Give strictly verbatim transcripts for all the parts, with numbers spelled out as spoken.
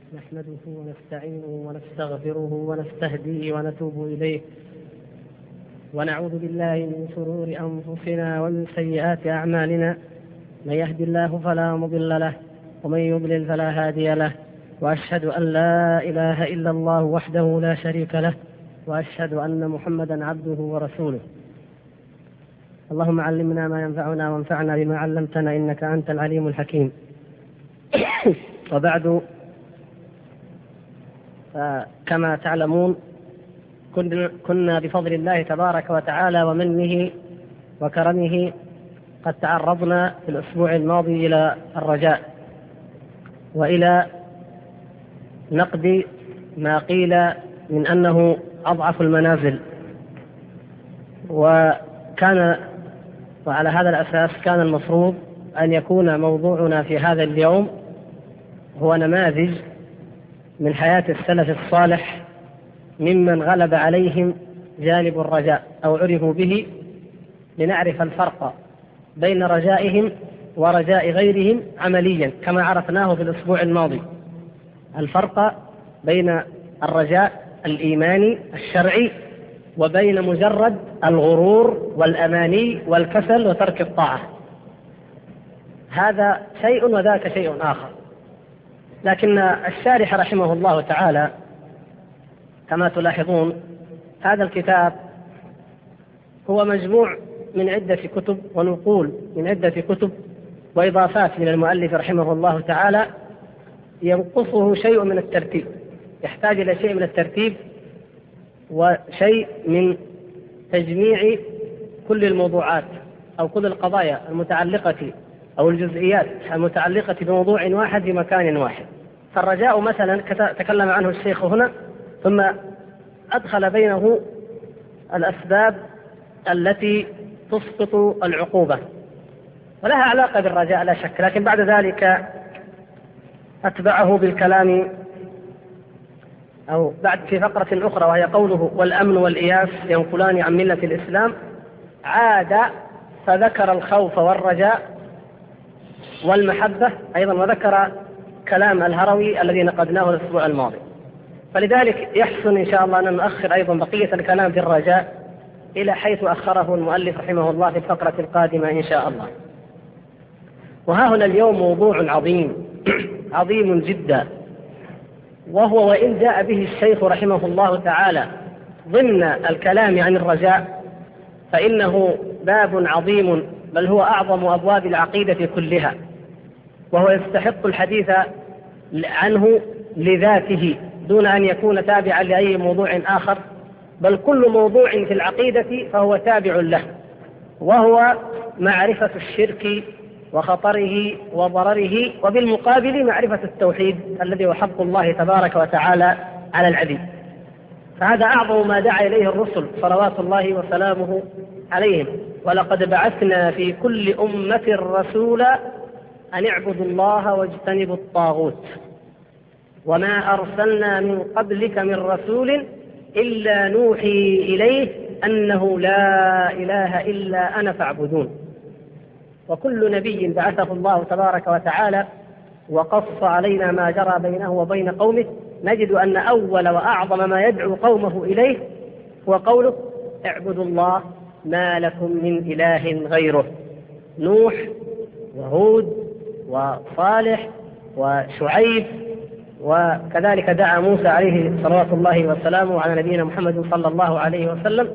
نحمده ونستعينه ونستغفره ونستهديه ونتوب إليه، ونعوذ بالله من شرور أنفسنا ومن سيئات أعمالنا. من يهد الله فلا مضل له ومن يضلل فلا هادي له، وأشهد أن لا إله إلا الله وحده لا شريك له، وأشهد أن محمدا عبده ورسوله. اللهم علمنا ما ينفعنا وانفعنا بما علمتنا إنك أنت العليم الحكيم. وبعد، كما تعلمون كنا بفضل الله تبارك وتعالى ومنه وكرمه قد تعرضنا في الأسبوع الماضي إلى الرجاء وإلى نقد ما قيل من أنه أضعف المنازل، وكان وعلى هذا الأساس كان المفروض أن يكون موضوعنا في هذا اليوم هو نماذج من حياة السلف الصالح ممن غلب عليهم جانب الرجاء أو عرفوا به، لنعرف الفرق بين رجائهم ورجاء غيرهم عمليا كما عرفناه في الأسبوع الماضي. الفرق بين الرجاء الإيماني الشرعي وبين مجرد الغرور والأماني والكسل وترك الطاعة، هذا شيء وذاك شيء آخر. لكن الشارح رحمه الله تعالى كما تلاحظون هذا الكتاب هو مجموع من عدة كتب ونقول من عدة كتب وإضافات من المؤلف رحمه الله تعالى، ينقصه شيء من الترتيب، يحتاج إلى شيء من الترتيب وشيء من تجميع كل الموضوعات أو كل القضايا المتعلقة أو الجزئيات المتعلقة بموضوع واحد في مكان واحد. فالرجاء مثلا تكلم عنه الشيخ هنا، ثم أدخل بينه الأسباب التي تسقط العقوبة، ولها علاقة بالرجاء لا شك، لكن بعد ذلك أتبعه بالكلام أو بعد في فقرة أخرى وهي قوله والأمن والإياس ينقلان عن ملة الإسلام، عاد فذكر الخوف والرجاء والمحبة أيضا، وذكر كلام الهروي الذي نقدناه الأسبوع الماضي. فلذلك يحسن إن شاء الله أن نؤخر أيضا بقية الكلام في الرجاء إلى حيث أخره المؤلف رحمه الله في الفقرة القادمة إن شاء الله. وها هنا اليوم موضوع عظيم عظيم جدا، وهو وإن جاء به الشيخ رحمه الله تعالى ضمن الكلام عن الرجاء فإنه باب عظيم، بل هو أعظم أبواب العقيدة كلها، وهو يستحق الحديث عنه لذاته دون أن يكون تابعا لأي موضوع آخر، بل كل موضوع في العقيدة فهو تابع له، وهو معرفة الشرك وخطره وضرره، وبالمقابل معرفة التوحيد الذي هو حق الله تبارك وتعالى على العبيد. فهذا أعظم ما دعا إليه الرسل صلوات الله وسلامه عليهم. ولقد بعثنا في كل أمة رسولا أن اعبدوا الله واجتنبوا الطاغوت وما أرسلنا من قبلك من رسول إلا نوحي إليه أنه لا إله إلا أنا فاعبدون. وكل نبي بعثه الله تبارك وتعالى وقص علينا ما جرى بينه وبين قومه، نجد أن أول وأعظم ما يدعو قومه إليه هو قوله اعبدوا الله ما لكم من إله غيره. نوح وهود وصالح وشعيب، وكذلك دعا موسى عليه صلوات الله وسلامه على نبينا محمد صلى الله عليه وسلم،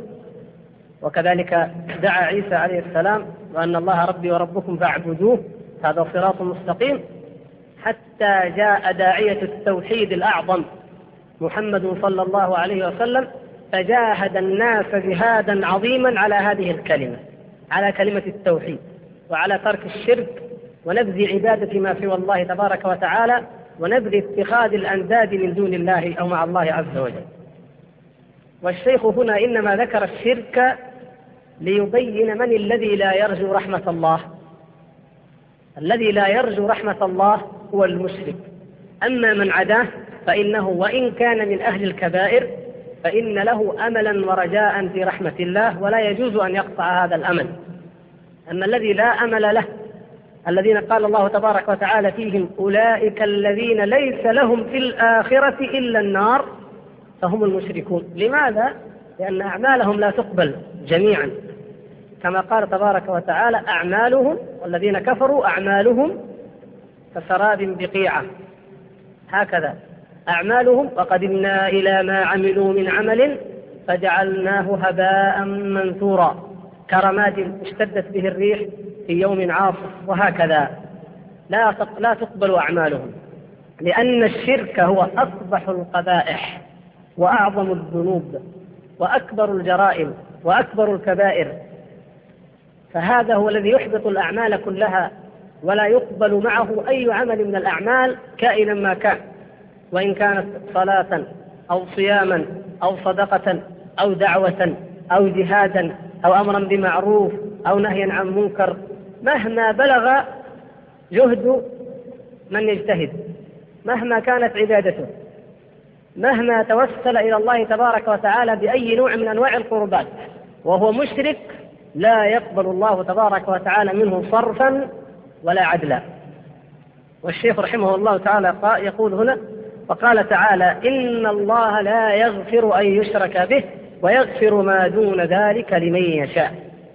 وكذلك دعا عيسى عليه السلام وأن الله ربي وربكم فاعبدوه، هذا صراط مستقيم، حتى جاء داعية التوحيد الأعظم محمد صلى الله عليه وسلم فجاهد الناس جهادا عظيما على هذه الكلمة، على كلمة التوحيد، وعلى ترك الشرك ونبذ عبادة ما سوى الله تبارك وتعالى، ونبذ اتخاذ الأنداد من دون الله أو مع الله عز وجل. والشيخ هنا إنما ذكر الشرك ليبين من الذي لا يرجو رحمة الله. الذي لا يرجو رحمة الله هو المشرك، أما من عداه فإنه وإن كان من أهل الكبائر فإن له أملا ورجاء في رحمة الله، ولا يجوز أن يقطع هذا الأمل. أما الذي لا أمل له الذين قال الله تبارك وتعالى فيهم أولئك الذين ليس لهم في الآخرة إلا النار فهم المشركون. لماذا؟ لأن أعمالهم لا تقبل جميعا، كما قال تبارك وتعالى أعمالهم والذين كفروا أعمالهم كسراب بقيعة، هكذا أعمالهم وقدمنا إلى ما عملوا من عمل فجعلناه هباء منثورا كرماد اشتدت به الريح في يوم عاصف، وهكذا لا لا تقبل أعمالهم، لأن الشرك هو أقبح القبائح وأعظم الذنوب وأكبر الجرائم وأكبر الكبائر، فهذا هو الذي يحبط الأعمال كلها ولا يقبل معه أي عمل من الأعمال كائنا ما كان، وإن كانت صلاة أو صياما أو صدقة أو دعوة أو جهادا أو أمرا بمعروف أو نهيا عن منكر، مهما بلغ جهد من يجتهد، مهما كانت عبادته، مهما توسل إلى الله تبارك وتعالى بأي نوع من أنواع القربات وهو مشرك، لا يقبل الله تبارك وتعالى منه صرفا ولا عدلا. والشيخ رحمه الله تعالى يقول هنا وقال تعالى إن الله لا يغفر أن يشرك به ويغفر ما دون ذلك لمن يشاء.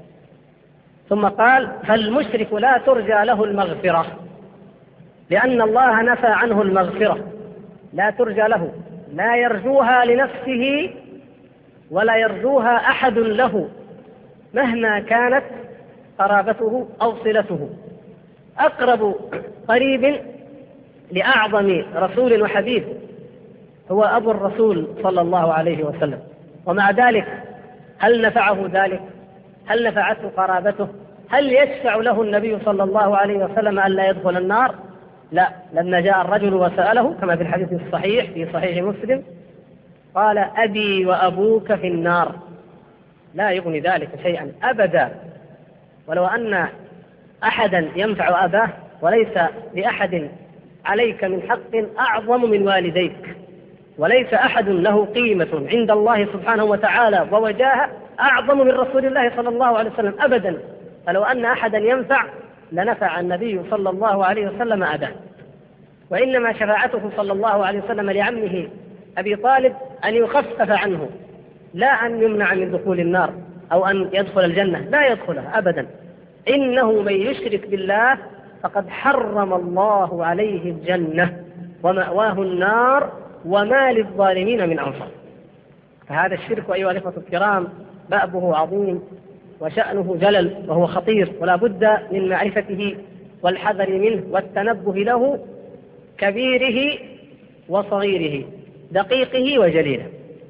ثم قال فالمشرك لا ترجى له المغفرة، لأن الله نفى عنه المغفرة، لا ترجى له، لا يرجوها لنفسه ولا يرجوها أحد له مهما كانت قرابته أو صلته. أقرب قريب لأعظم رسول وحبيب هو أبو الرسول صلى الله عليه وسلم، ومع ذلك هل نفعه ذلك؟ هل نفعته قرابته؟ هل يشفع له النبي صلى الله عليه وسلم أن لا يدخل النار؟ لا. لما جاء الرجل وسأله كما في الحديث الصحيح في صحيح مسلم قال أبي وأبوك في النار، لا يغني ذلك شيئا أبدا، ولو أن أحدا ينفع أباه وليس لأحد عليك من حق أعظم من والديك، وليس أحد له قيمة عند الله سبحانه وتعالى ووجاهة أعظم من رسول الله صلى الله عليه وسلم أبدا، فلو أن أحدا ينفع لنفع النبي صلى الله عليه وسلم أباه. وإنما شفاعته صلى الله عليه وسلم لعمه أبي طالب أن يخفف عنه، لا أن يمنع من دخول النار أو أن يدخل الجنة، لا يدخلها أبدا. إنه من يشرك بالله فقد حرم الله عليه الجنة ومأواه النار وما للظالمين من أنصار. فهذا الشرك أيها الإخوة الكرام بأبه عظيم وشأنه جلل وهو خطير، ولا بد من معرفته والحذر منه والتنبه له، كبيره وصغيره، دقيقه وجليله.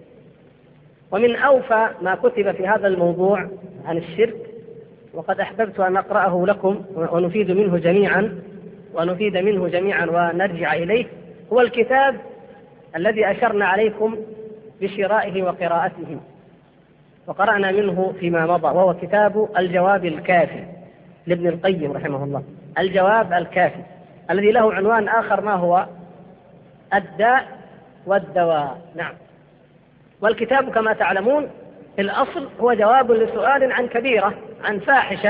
ومن أوفى ما كتب في هذا الموضوع عن الشرك، وقد أحببت أن أقرأه لكم ونفيد منه جميعا ونفيد منه جميعا ونرجع إليه، هو الكتاب الذي أشرنا عليكم بشرائه وقراءته وقرأنا منه فيما مضى، وهو كتاب الجواب الكافي لابن القيم رحمه الله. الجواب الكافي الذي له عنوان آخر ما هو الداء والدواء. نعم. والكتاب كما تعلمون في الأصل هو جواب لسؤال عن كبيرة، عن فاحشة،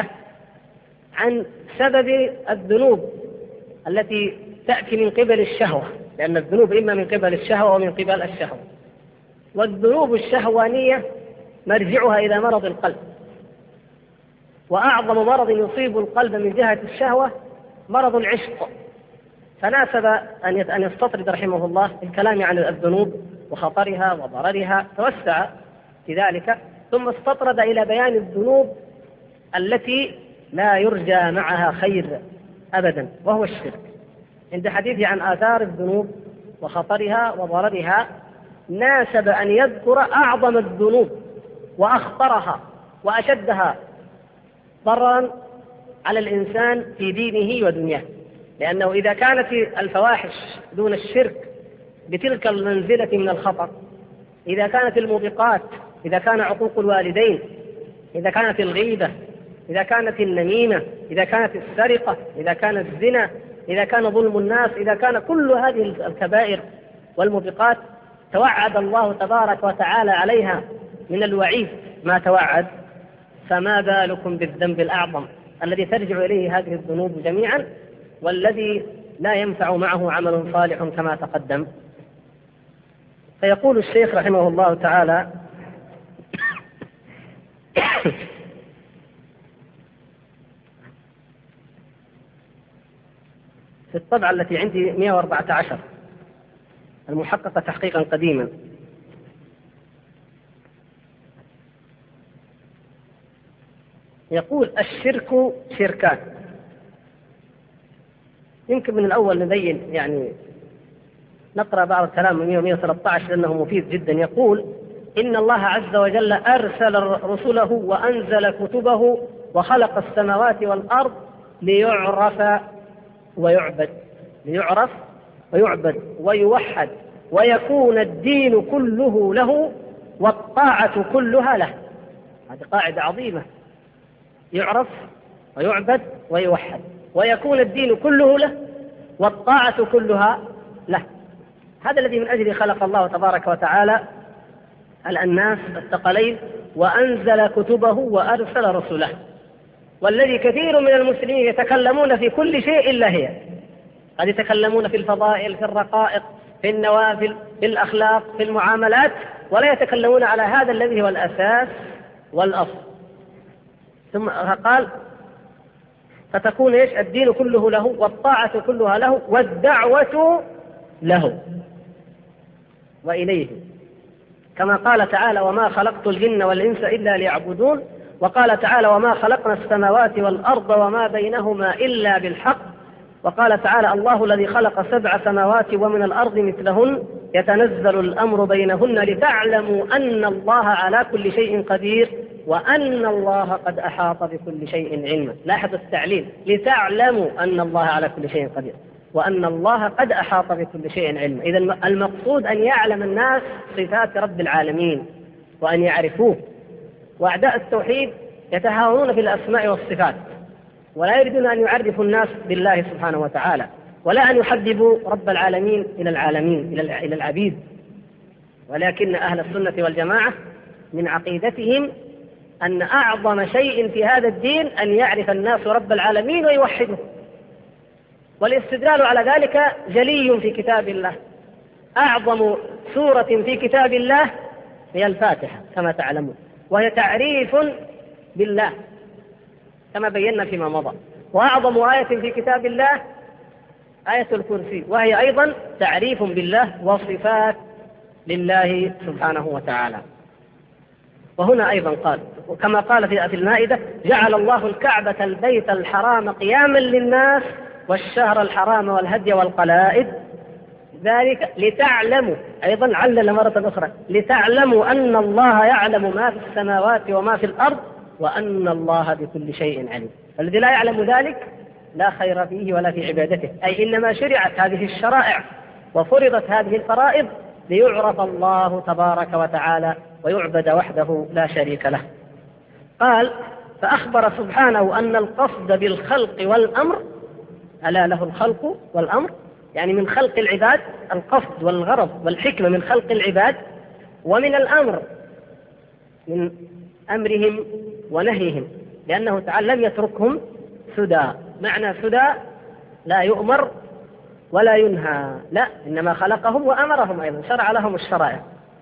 عن سبب الذنوب التي تأتي من قبل الشهوة، لأن الذنوب إما من قبل الشهوة ومن قبل الشهوة. والذنوب الشهوانية مرجعها إلى مرض القلب، وأعظم مرض يصيب القلب من جهة الشهوة مرض العشق، فناسب أن يستطرد رحمه الله الكلام عن الذنوب وخطرها وضررها، توسع في ذلك، ثم استطرد إلى بيان الذنوب التي لا يرجى معها خير أبدا، وهو الشرك. عند حديثه عن آثار الذنوب وخطرها وضررها ناسب أن يذكر أعظم الذنوب وأخطرها وأشدها ضررا على الإنسان في دينه ودنياه، لأنه إذا كانت الفواحش دون الشرك بتلك المنزلة من الخطر، إذا كانت الموبقات، إذا كان عقوق الوالدين، إذا كانت الغيبة، إذا كانت النميمة، إذا كانت السرقة، إذا كان الزنا، إذا كان ظلم الناس، إذا كان كل هذه الكبائر والموبقات توعد الله تبارك وتعالى عليها من الوعيد ما توعد، فما بالكم بالذنب الأعظم الذي ترجع إليه هذه الذنوب جميعا، والذي لا ينفع معه عمل صالح كما تقدم. فيقول الشيخ رحمه الله تعالى: في الطبعة التي عندي مئة وأربعة عشر المحققة تحقيقا قديما، يقول: الشرك شركان. يمكن من الأول نبين، يعني نقرأ بعض الكلام من مئة وثلاثة عشر لأنه مفيد جدا. يقول: إن الله عز وجل أرسل رسله وأنزل كتبه وخلق السماوات والأرض ليعرف ويعبد، ليعرف ويعبد ويوحد، ويكون الدين كله له والطاعة كلها له. هذه قاعدة عظيمة: يعرف ويعبد ويوحد، ويكون الدين كله له والطاعة كلها له. هذا الذي من أجله خلق الله تبارك وتعالى الناس الثقلين وأنزل كتبه وأرسل رسله، والذي كثير من المسلمين يتكلمون في كل شيء إلا هي. قد يتكلمون في الفضائل، في الرقائق، في النوافل، في الأخلاق، في المعاملات، ولا يتكلمون على هذا الذي هو الأساس والأصل. ثم قال: فتكون إيش؟ الدين كله له والطاعة كلها له والدعوة له وإليه، كما قال تعالى: وما خلقت الجن والإنس إلا ليعبدون. وقال تعالى: وما خلقنا السماوات والأرض وما بينهما إلا بالحق. وقال تعالى: الله الذي خلق سبع سماوات ومن الأرض مثلهن يتنزل الأمر بينهن لتعلموا أن الله على كل شيء قدير وأن الله قد أحاط بكل شيء علما. لاحظ التعليل: لتعلموا أن الله على كل شيء قدير وأن الله قد أحاط بكل شيء علما. إذا المقصود أن يعلم الناس صفات رب العالمين وأن يعرفوه. وأعداء التوحيد يتهاونون في الأسماء والصفات، ولا يريدون أن يعرفوا الناس بالله سبحانه وتعالى، ولا أن يحببوا رب العالمين إلى العالمين إلى العبيد. ولكن أهل السنة والجماعة من عقيدتهم أن أعظم شيء في هذا الدين أن يعرف الناس رب العالمين ويوحده. والاستدلال على ذلك جلي في كتاب الله. أعظم سورة في كتاب الله هي الفاتحة كما تعلمون، وهي تعريف بالله كما بينا فيما مضى. وأعظم آية في كتاب الله آية الكرسي، وهي أيضا تعريف بالله وصفات لله سبحانه وتعالى. وهنا أيضا قال، كما قال في المائدة: جعل الله الكعبة البيت الحرام قياما للناس والشهر الحرام والهدي والقلائد ذلك لتعلموا. أيضا علل مرة أخرى: لتعلموا أن الله يعلم ما في السماوات وما في الأرض وأن الله بكل شيء عليم. الذي لا يعلم ذلك لا خير فيه ولا في عبادته. أي إنما شرعت هذه الشرائع وفرضت هذه الفرائض ليعرف الله تبارك وتعالى ويعبد وحده لا شريك له. قال: فأخبر سبحانه أن القصد بالخلق والأمر، ألا له الخلق والأمر، يعني من خلق العباد، القصد والغرض والحكمة من خلق العباد، ومن الأمر من أمرهم ونهيهم، لأنه تعالى لم يتركهم سدى. معنى سدى لا يؤمر ولا ينهى، لا، إنما خلقهم وأمرهم أيضا، شرع لهم الشرائع.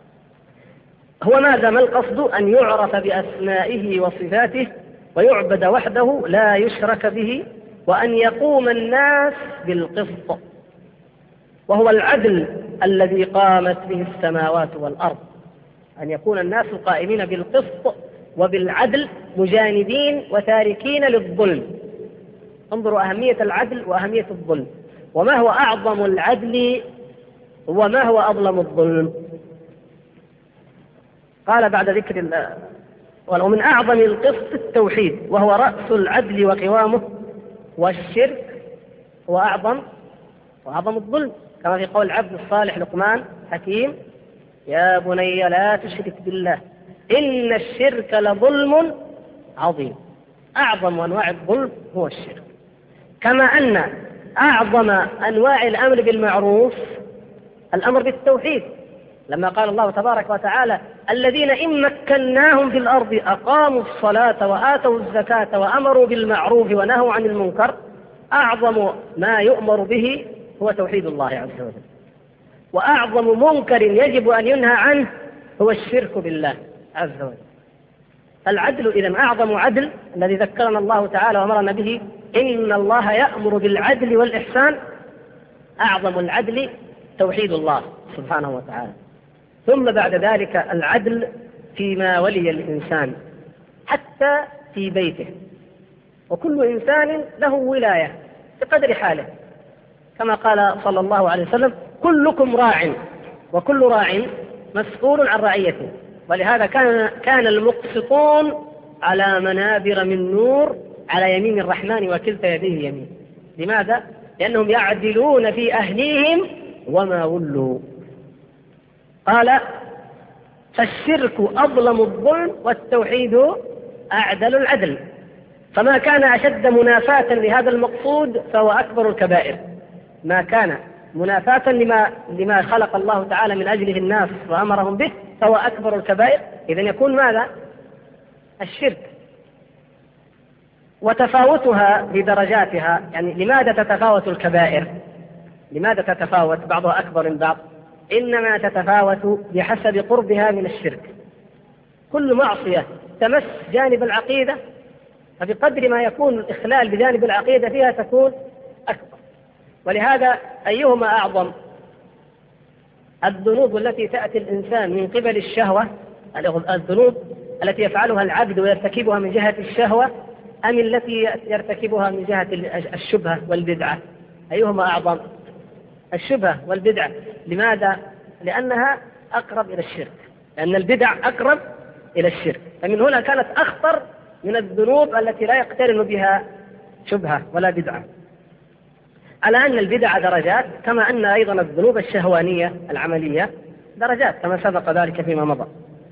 هو ماذا؟ ما القصد؟ أن يعرف بأسمائه وصفاته ويعبد وحده لا يشرك به، وأن يقوم الناس بالقسط، وهو العدل الذي قامت به السماوات والأرض. أن يكون الناس قائمين بالقسط وبالعدل مجانبين وتاركين للظلم. انظروا أهمية العدل وأهمية الظلم، وما هو أعظم العدل وما هو أظلم الظلم. قال بعد ذكر الله: ومن أعظم القسط التوحيد وهو رأس العدل وقوامه، والشرك هو أعظم وأعظم الظلم، كما في قول العبد الصالح لقمان حكيم: يا بني لا تشرك بالله إن الشرك لظلم عظيم. أعظم أنواع الظلم هو الشرك. كما أن أعظم أنواع الأمر بالمعروف الأمر بالتوحيد، لما قال الله تبارك وتعالى الذين إن مكناهم في الأرض أقاموا الصلاة وآتوا الزكاة وأمروا بالمعروف ونهوا عن المنكر، أعظم ما يؤمر به هو توحيد الله عز وجل، وأعظم منكر يجب أن ينهى عنه هو الشرك بالله عز وجل. العدل إذن أعظم عدل الذي ذكرنا الله تعالى وأمرنا به، إن الله يأمر بالعدل والإحسان، أعظم العدل توحيد الله سبحانه وتعالى. ثم بعد ذلك العدل فيما ولي الإنسان حتى في بيته، وكل إنسان له ولاية بقدر حاله، كما قال صلى الله عليه وسلم كلكم راع وكل راع مسؤول عن رعيته. ولهذا كان كان المقسطون على منابر من نور على يمين الرحمن وكلتا يديه يمين. لماذا؟ لأنهم يعدلون في أهليهم وما ولوا. قال فالشرك أظلم الظلم والتوحيد أعدل العدل، فما كان أشد منافاة لهذا المقصود فهو أكبر الكبائر. ما كان منافاة لما, لما خلق الله تعالى من أجله الناس وأمرهم به فهو أكبر الكبائر. إذن يكون ماذا؟ الشرك. وتفاوتها بدرجاتها، يعني لماذا تتفاوت الكبائر؟ لماذا تتفاوت بعضها أكبر من بعض؟ إنما تتفاوت بحسب قربها من الشرك. كل معصية تمس جانب العقيدة فبقدر ما يكون الإخلال بجانب العقيدة فيها تكون أكبر. ولهذا أيهما أعظم؟ الذنوب التي تأتي الإنسان من قبل الشهوة، الذنوب التي يفعلها العبد ويرتكبها من جهة الشهوة، أم التي يرتكبها من جهة الشبهة والبدعة؟ أيهما أعظم؟ الشبهة والبدعة. لماذا؟ لأنها أقرب إلى الشرك، لأن البدع أقرب إلى الشرك، فمن هنا كانت أخطر من الذنوب التي لا يقترن بها شبهة ولا بدعة. على أن البدع درجات، كما أن أيضا الذنوب الشهوانية العملية درجات كما سبق ذلك فيما مضى.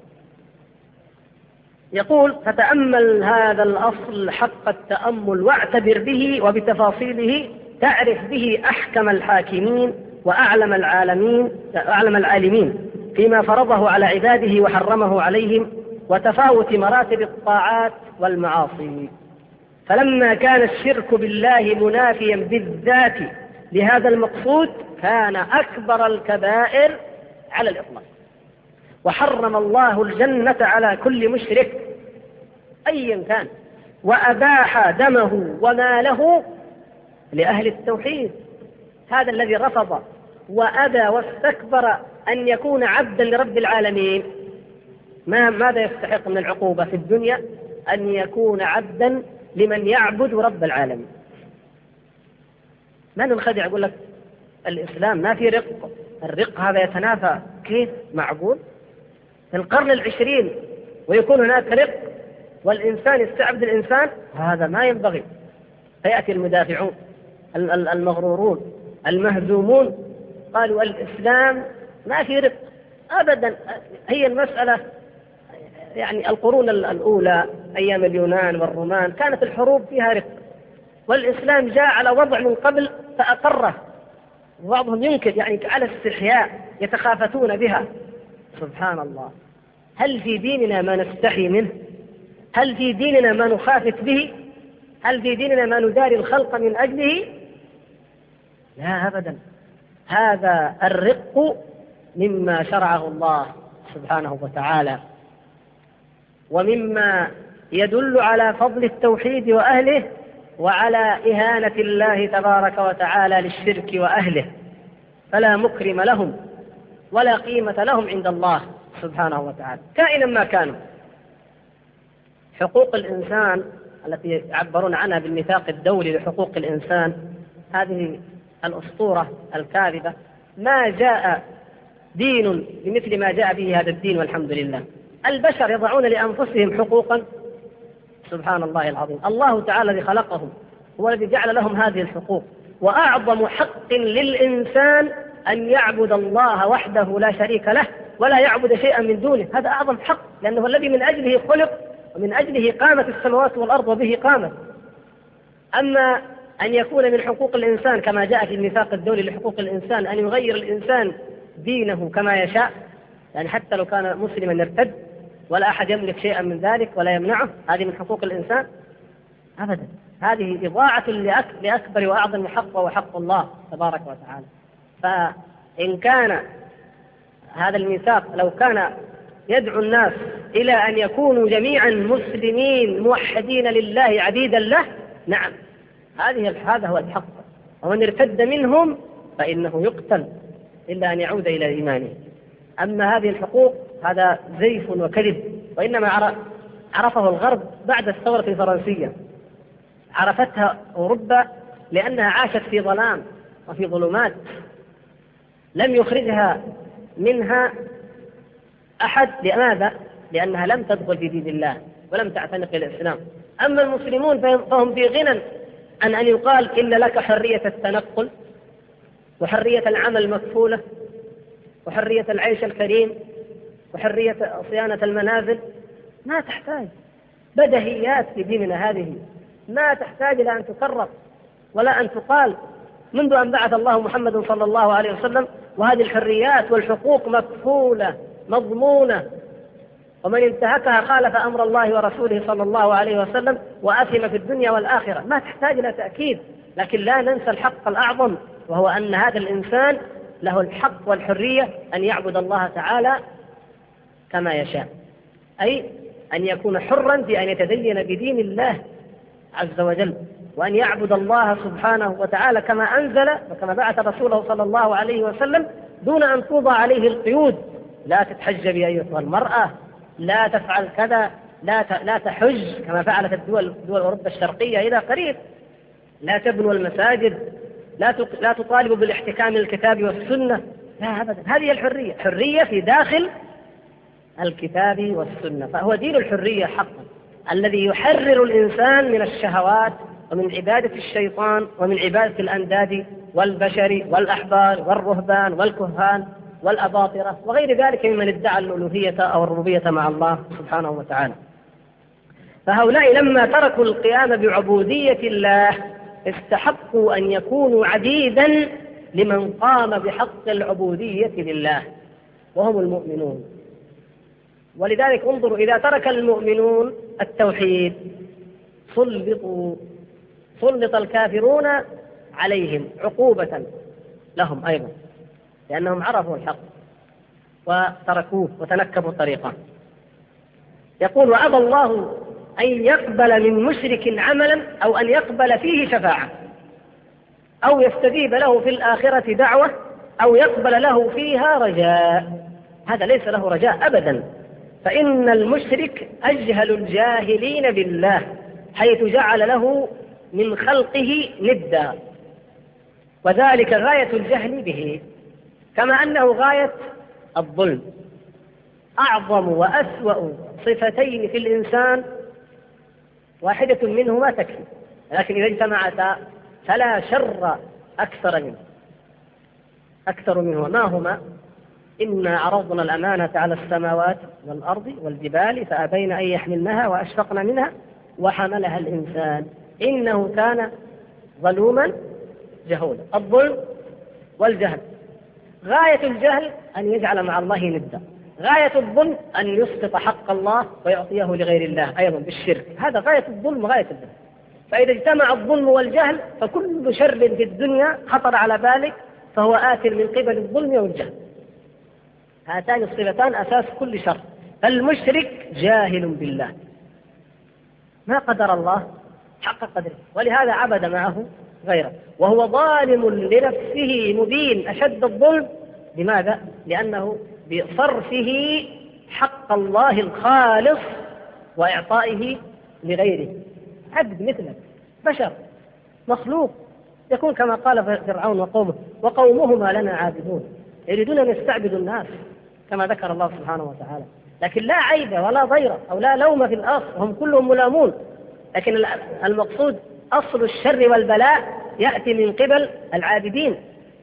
يقول فتأمل هذا الأصل حق التأمل واعتبر به وبتفاصيله تعرف به أحكم الحاكمين وأعلم العالمين أعلم العالمين فيما فرضه على عباده وحرمه عليهم، وتفاوت مراتب الطاعات والمعاصي. فلما كان الشرك بالله منافيا بالذات لهذا المقصود كان أكبر الكبائر على الإطلاق، وحرم الله الجنة على كل مشرك أيا كان، وأباح دمه وماله لأهل التوحيد. هذا الذي رفض وأبى واستكبر أن يكون عبدا لرب العالمين، ما ماذا يستحق من العقوبة في الدنيا؟ أن يكون عبدا لمن يعبد رب العالمين. ما ننخدع يقول لك الإسلام ما في رق، الرق هذا يتنافى، كيف معقول؟ في القرن العشرين ويكون هناك رق والإنسان يستعبد الإنسان؟ هذا ما ينبغي. فيأتي المدافعون المغرورون المهزومون قالوا الإسلام ما في رق أبدا. هي المسألة يعني القرون الأولى أيام اليونان والرومان كانت الحروب فيها رق، والإسلام جاء على وضع من قبل فأقره، وبعضهم ينكر يعني على استحياء يتخافتون بها. سبحان الله، هل في ديننا ما نستحي منه؟ هل في ديننا ما نخافت به؟ هل في ديننا ما نداري الخلق من أجله؟ لا أبدا. هذا الرق مما شرعه الله سبحانه وتعالى، ومما يدل على فضل التوحيد وأهله وعلى إهانة الله تبارك وتعالى للشرك وأهله، فلا مكرم لهم ولا قيمة لهم عند الله سبحانه وتعالى كائنا ما كانوا. حقوق الإنسان التي يعبرون عنها بالميثاق الدولي لحقوق الإنسان، هذه الأسطورة الكاذبة، ما جاء دين بمثل ما جاء به هذا الدين والحمد لله. البشر يضعون لأنفسهم حقوقا، سبحان الله العظيم. الله تعالى الذي خلقهم هو الذي جعل لهم هذه الحقوق، وأعظم حق للإنسان أن يعبد الله وحده لا شريك له ولا يعبد شيئا من دونه. هذا أعظم حق، لأنه الذي من أجله خلق ومن أجله قامت السماوات والأرض وبه قامت. أما أن يكون من حقوق الإنسان كما جاء في الميثاق الدولي لحقوق الإنسان أن يغير الإنسان دينه كما يشاء، يعني حتى لو كان مسلما ارتد ولا أحد يملك شيئا من ذلك ولا يمنعه، هذه من حقوق الإنسان؟ أبدا، هذه إضاعة لأكبر وأعظم حق وهو حق الله تبارك وتعالى. فإن كان هذا الميثاق لو كان يدعو الناس إلى أن يكونوا جميعا مسلمين موحدين لله عبيدا له، نعم هذه هذا هو الحق، ومن ارتد منهم فإنه يقتل إلا أن يعود إلى إيمانه. أما هذه الحقوق هذا زيف وكذب، وإنما عرفه الغرب بعد الثورة الفرنسية، عرفتها أوروبا لأنها عاشت في ظلام وفي ظلمات لم يخرجها منها أحد. لماذا؟ لأنها لم تدخل في دين الله ولم تعتنق الإسلام. أما المسلمون فهم في غنى عن أن يقال إن لك حرية التنقل وحرية العمل مكفولة وحرية العيش الكريم وحرية صيانة المنازل. ما تحتاج، بدهيات في ديننا هذه ما تحتاج إلى أن تكرر ولا أن تقال منذ أن بعث الله محمد صلى الله عليه وسلم، وهذه الحريات والحقوق مكفولة مضمونة، ومن انتهكها خالف أمر الله ورسوله صلى الله عليه وسلم وأثم في الدنيا والآخرة. ما تحتاج إلى تأكيد، لكن لا ننسى الحق الأعظم، وهو أن هذا الإنسان له الحق والحرية أن يعبد الله تعالى كما يشاء، أي أن يكون حرا في أن يتدين بدين الله عز وجل، وأن يعبد الله سبحانه وتعالى كما أنزل وكما بعث رسوله صلى الله عليه وسلم، دون أن توضع عليه القيود: لا تتحجبي أيتها المرأة، لا تفعل كذا، لا لا تحج كما فعلت الدول دول أوروبا الشرقية إلى قريب، لا تبنوا المساجد، لا لا تطالبوا بالاحتكام للكتاب والسنة. لا أبدا، هذه الحرية، حرية في داخل الكتاب والسنة. فهو دين الحرية حقا الذي يحرر الإنسان من الشهوات ومن عبادة الشيطان ومن عبادة الأنداد والبشر والأحبار والرهبان والكهان والأباطرة وغير ذلك ممن ادعى الألوهية أو الربوبية مع الله سبحانه وتعالى. فهؤلاء لما تركوا القيام بعبودية الله استحقوا أن يكونوا عبيدا لمن قام بحق العبودية لله، وهم المؤمنون. ولذلك انظروا، إذا ترك المؤمنون التوحيد سلطوا سلط الكافرون عليهم عقوبة لهم أيضا، لأنهم عرفوا الحق وتركوه وتنكبوا طريقه. يقول: وأبى الله أن يقبل من مشرك عملا أو أن يقبل فيه شفاعة أو يستجيب له في الآخرة دعوة أو يقبل له فيها رجاء. هذا ليس له رجاء أبدا، فإن المشرك أجهل الجاهلين بالله، حيث جعل له من خلقه ندا، وذلك غاية الجهل به، كما أنه غاية الظلم. أعظم وأسوأ صفتين في الإنسان واحدة منهما تكفي، لكن إذا اجتمعتا فلا شر أكثر منه أكثر منه ما هما؟ إنا عرضنا الأمانة على السماوات والأرض والجبال فأبين أن يحملنها وأشفقن منها وحملها الإنسان إنه كان ظلوما جهولا. الظلم والجهل، غاية الجهل أن يجعل مع الله ندا، غاية الظلم أن يسقط حق الله ويعطيه لغير الله أيضا بالشرك. هذا غاية الظلم وغاية الجهل. فإذا اجتمع الظلم والجهل فكل شر في الدنيا خطر على بالك فهو آثر من قبل الظلم والجهل. هاتان الصفتان أساس كل شر. المشرك جاهل بالله، ما قدر الله حق قدره، ولهذا عبد معه غيره، وهو ظالم لنفسه مبين أشد الظلم. لماذا؟ لأنه بصرفه حق الله الخالص وإعطائه لغيره. عبد مثلك، بشر مخلوق، يكون كما قال فرعون وقومه: وقومهما لنا عابدون، يريدون أن يستعبدوا الناس كما ذكر الله سبحانه وتعالى. لكن لا عيب ولا ضير أو لا لوم في الأصل، هم كلهم ملامون، لكن المقصود أصل الشر والبلاء يأتي من قبل العابدين،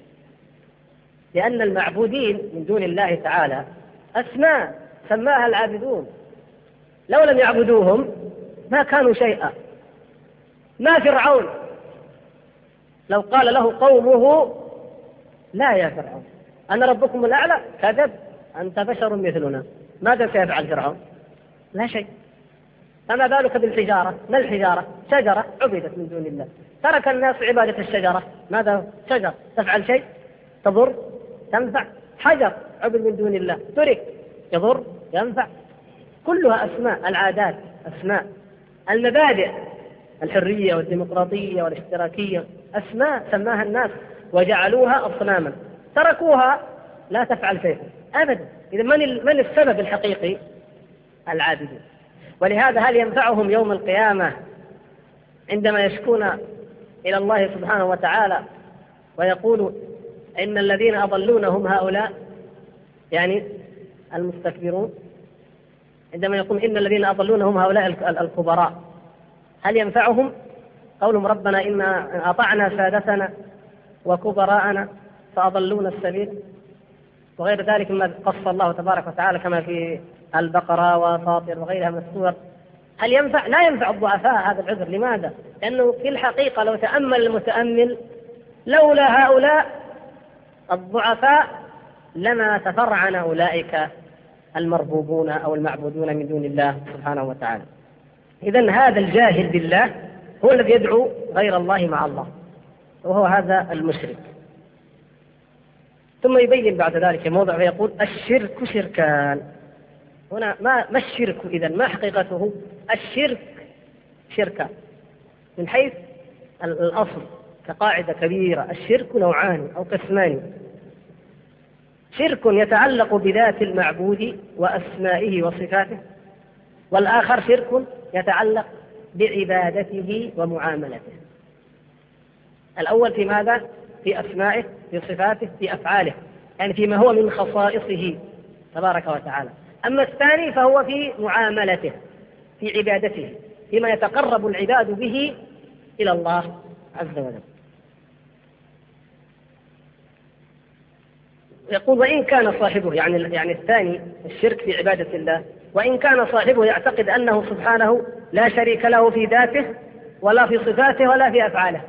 لأن المعبودين من دون الله تعالى أسماء سماها العابدون، لو لم يعبدوهم ما كانوا شيئا. ما فرعون لو قال له قومه: لا يا فرعون أنا ربكم الأعلى، كذب، أنت بشر مثلنا، ماذا سيفعل فرعون؟ لا شيء. فما بالك بالحجارة؟ ما الحجارة؟ شجرة عبدت من دون الله، ترك الناس عبادة الشجرة، ماذا؟ شجر تفعل شيء؟ تضر؟ تنفع؟ حجر عبد من دون الله ترك، يضر؟ ينفع؟ كلها أسماء، العادات أسماء، المبادئ الحرية والديمقراطية والاشتراكية أسماء سماها الناس وجعلوها أصناما، تركوها لا تفعل شيء أبدا. إذا من من السبب الحقيقي؟ العابدين. ولهذا هل ينفعهم يوم القيامة عندما يشكون إلى الله سبحانه وتعالى ويقولوا إن الذين أضلون هم هؤلاء، يعني المستكبرون، عندما يقول إن الذين أضلون هم هؤلاء الكبراء، هل ينفعهم قولهم ربنا إن أطعنا سادتنا وكبراءنا فأضلونا السبيل وغير ذلك مما قص الله تبارك وتعالى كما في البقرة وفاطر وغيرها من السور؟ هل ينفع؟ لا ينفع الضعفاء هذا العذر. لماذا؟ لأنه في الحقيقة لو تأمل المتأمل لولا هؤلاء الضعفاء لما تفرعن أولئك المربوبون أو المعبودون من دون الله سبحانه وتعالى. إذن هذا الجاهل بالله هو الذي يدعو غير الله مع الله، وهو هذا المشرك. ثم يبين بعد ذلك الموضع فيقول الشرك شركان. هنا ما ما الشرك إذن؟ ما حقيقته؟ الشرك شركان من حيث الأصل كقاعدة كبيرة. الشرك نوعان أو قسمان: شرك يتعلق بذات المعبود وأسمائه وصفاته، والآخر شرك يتعلق بعبادته ومعاملته. الأول في ماذا؟ في أسمائه، في صفاته، في أفعاله، يعني فيما هو من خصائصه تبارك وتعالى. أما الثاني فهو في معاملته، في عبادته، فيما يتقرب العباد به إلى الله عز وجل. يقول وإن كان صاحبه، يعني يعني الثاني الشرك في عبادة الله، وإن كان صاحبه يعتقد أنه سبحانه لا شريك له في ذاته ولا في صفاته ولا في أفعاله.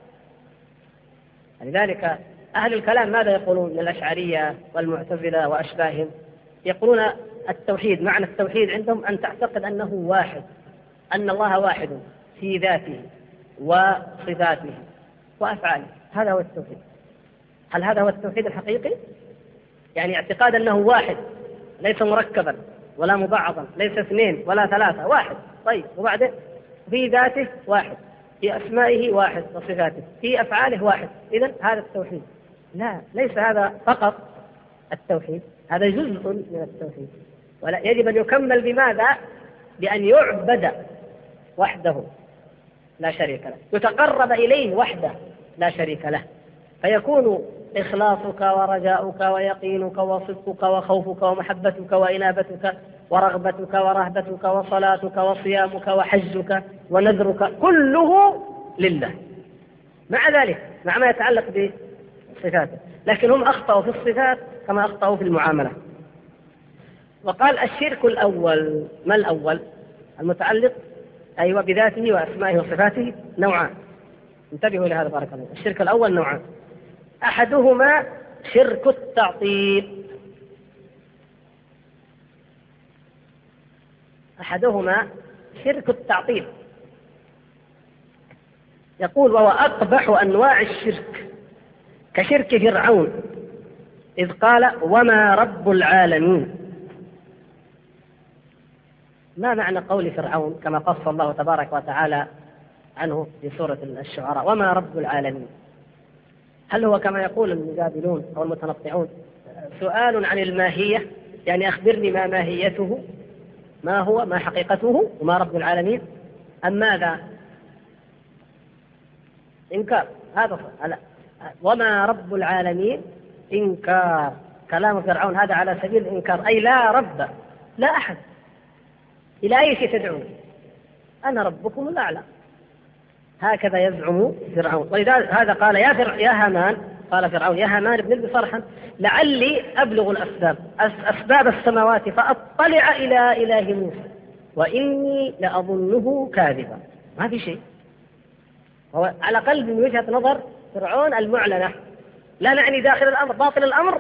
لذلك أهل الكلام ماذا يقولون من الأشعرية والمعتزلة وأشباههم؟ يقولون التوحيد، معنى التوحيد عندهم أن تعتقد أنه واحد، أن الله واحد في ذاته وصفاته وأفعاله. هذا هو التوحيد. هل هذا هو التوحيد الحقيقي؟ يعني اعتقاد أنه واحد، ليس مركبا ولا مبعضا، ليس اثنين ولا ثلاثة، واحد. طيب وبعده في ذاته واحد، في أسمائه واحد وصفاته، في أفعاله واحد. إذن هذا التوحيد. لا، ليس هذا فقط التوحيد، هذا جزء من التوحيد، ولا يجب أن يكمل بماذا؟ بأن يعبد وحده لا شريك له، يتقرب إليه وحده لا شريك له، فيكون إخلاصك ورجاؤك ويقينك وصدقك وخوفك ومحبتك وإنابتك ورغبتك ورهبتك وصلاتك وصيامك وحجك ونذرك كله لله، مع ذلك مع ما يتعلق بصفاته. لكن هم أخطأوا في الصفات كما أخطأوا في المعاملة. وقال الشرك الأول. ما الأول؟ المتعلق أيوة بذاته وأسمائه وصفاته نوعان. انتبهوا لهذا بارك الله. الشرك الأول نوعان: أحدهما شرك التعطيل أحدهما شرك التعطيل يقول وهو أقبح أنواع الشرك، كشرك فرعون إذ قال وما رب العالمين. ما معنى قول فرعون كما قص الله تبارك وتعالى عنه في سورة الشعراء وما رب العالمين؟ هل هو كما يقول المجادلون أو المتنطعون سؤال عن الماهية، يعني أخبرني ما ماهيته، ما هو ما حقيقته وما رب العالمين، أم ماذا؟ إنكار. هذا وما رب العالمين إنكار. كلام فرعون هذا على سبيل الإنكار، أي لا رب، لا أحد. إلى أي شيء تدعون؟ أنا ربكم الأعلى، هكذا يزعم فرعون. ولذلك هذا قال يا فرع يا هامان، قال فرعون يا هامان ابن لي صرحا لعلي أبلغ الأسباب أسباب السماوات فأطلع إلى إله موسى وإني لأظنه كاذبا. ما في شيء. هو على قلب من وجهة نظر فرعون المعلنة، لا نعني داخل الأمر باطل الأمر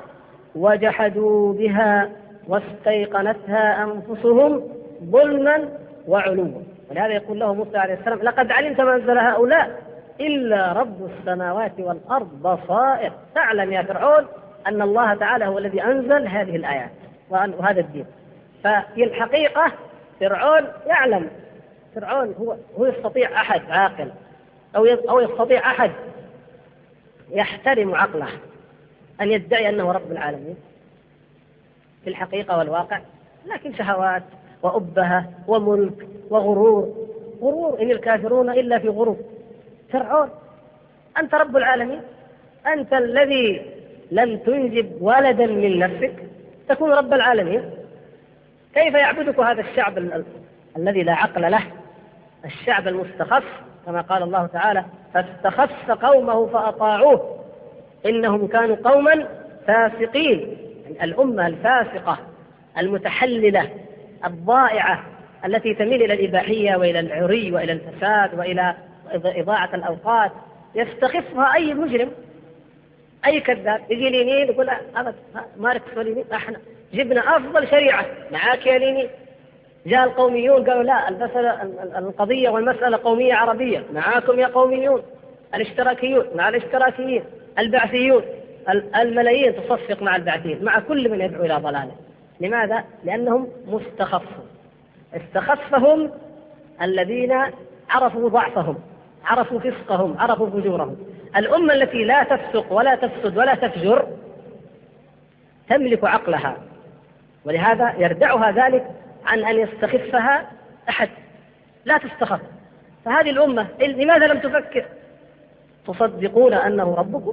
وجحدوا بها واستيقنتها أنفسهم ظلما وعلوا. ولهذا يقول له موسى عليه السلام لقد علمت ما أنزل هؤلاء إلا رب السماوات والأرض بصائر. تعلم يا فرعون أن الله تعالى هو الذي أنزل هذه الآيات وهذا الدين. ففي الحقيقة فرعون يعلم، فرعون هو هو يستطيع أحد عاقل أو أو يستطيع أحد يحترم عقله أن يدعي أنه رب العالمين في الحقيقة والواقع، لكن شهوات وأبهة وملك وغرور. غرور إن الكافرون إلا في غرور. فرعون أنت رب العالمين، أنت الذي لم تنجب ولدا من نفسك تكون رب العالمين. كيف يعبدك هذا الشعب ال... الذي لا عقل له، الشعب المستخف كما قال الله تعالى فاستخف قومه فأطاعوه إنهم كانوا قوما فاسقين. يعني الأمة الفاسقة المتحللة الضائعة التي تميل إلى الإباحية وإلى العري وإلى الفساد وإلى إضاعة الأوقات يستخفها أي مجرم أي كذاب يجي اليمين يقول أبد ماركس واليمين احنا جبنا أفضل شريعة معاك يا اليمين. جاء القوميون قالوا لا المسألة القضية والمسألة قومية عربية معاكم يا قوميون. الاشتراكيون مع الاشتراكيين، البعثيون الملايين تصفق مع البعثيين، مع كل من يدعو إلى ضلاله. لماذا؟ لأنهم مستخفون. استخفهم الذين عرفوا ضعفهم، عرفوا فسقهم، عرفوا فجورهم. الأمة التي لا تفسق ولا تفسد ولا تفجر تملك عقلها، ولهذا يردعها ذلك عن أن يستخفها أحد. لا تستخف. فهذه الأمة لماذا لم تفكر؟ تصدقون أنه ربكم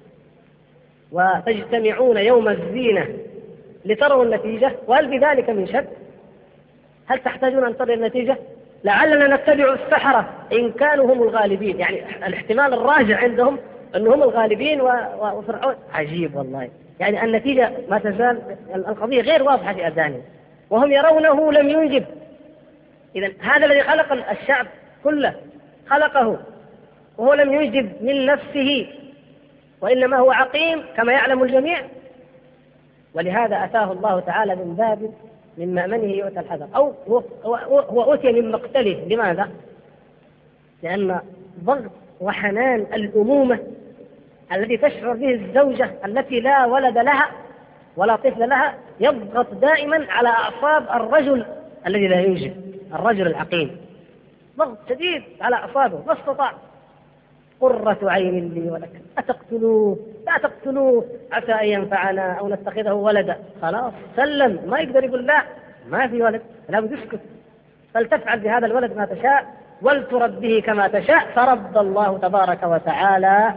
وتجتمعون يوم الزينة لتروا النتيجة، وهل بذلك من شك؟ هل تحتاجون أن تروا النتيجة؟ لعلنا نتبع السحرة إن كانوا هم الغالبين. يعني الاحتمال الراجع عندهم أنهم الغالبين وفرعون. عجيب والله. يعني النتيجة ما تزال القضية غير واضحة في أذهانهم وهم يرونه لم ينجب. إذن هذا الذي خلق الشعب كله خلقه وهو لم ينجب من نفسه، وإنما هو عقيم كما يعلم الجميع. ولهذا أتاه الله تعالى من باب من مأمنه يؤتى الحذر، أو هو أوتي من مقتله. لماذا؟ لأن ضغط وحنان الأمومة الذي تشعر به الزوجة التي لا ولد لها ولا طفل لها يضغط دائما على أعصاب الرجل الذي لا ينجب، الرجل العقيم. ضغط شديد على أعصابه ما استطاع. قرة عين لي ولك أتقتلوه لا تقتلوه عسى أن ينفعنا أو نتخذه ولدا. خلاص سلم، ما يقدر يقول لا ما في ولد، لا بد يسكت. فلتفعل بهذا الولد ما تشاء ولتربه كما تشاء. فرد الله تبارك وتعالى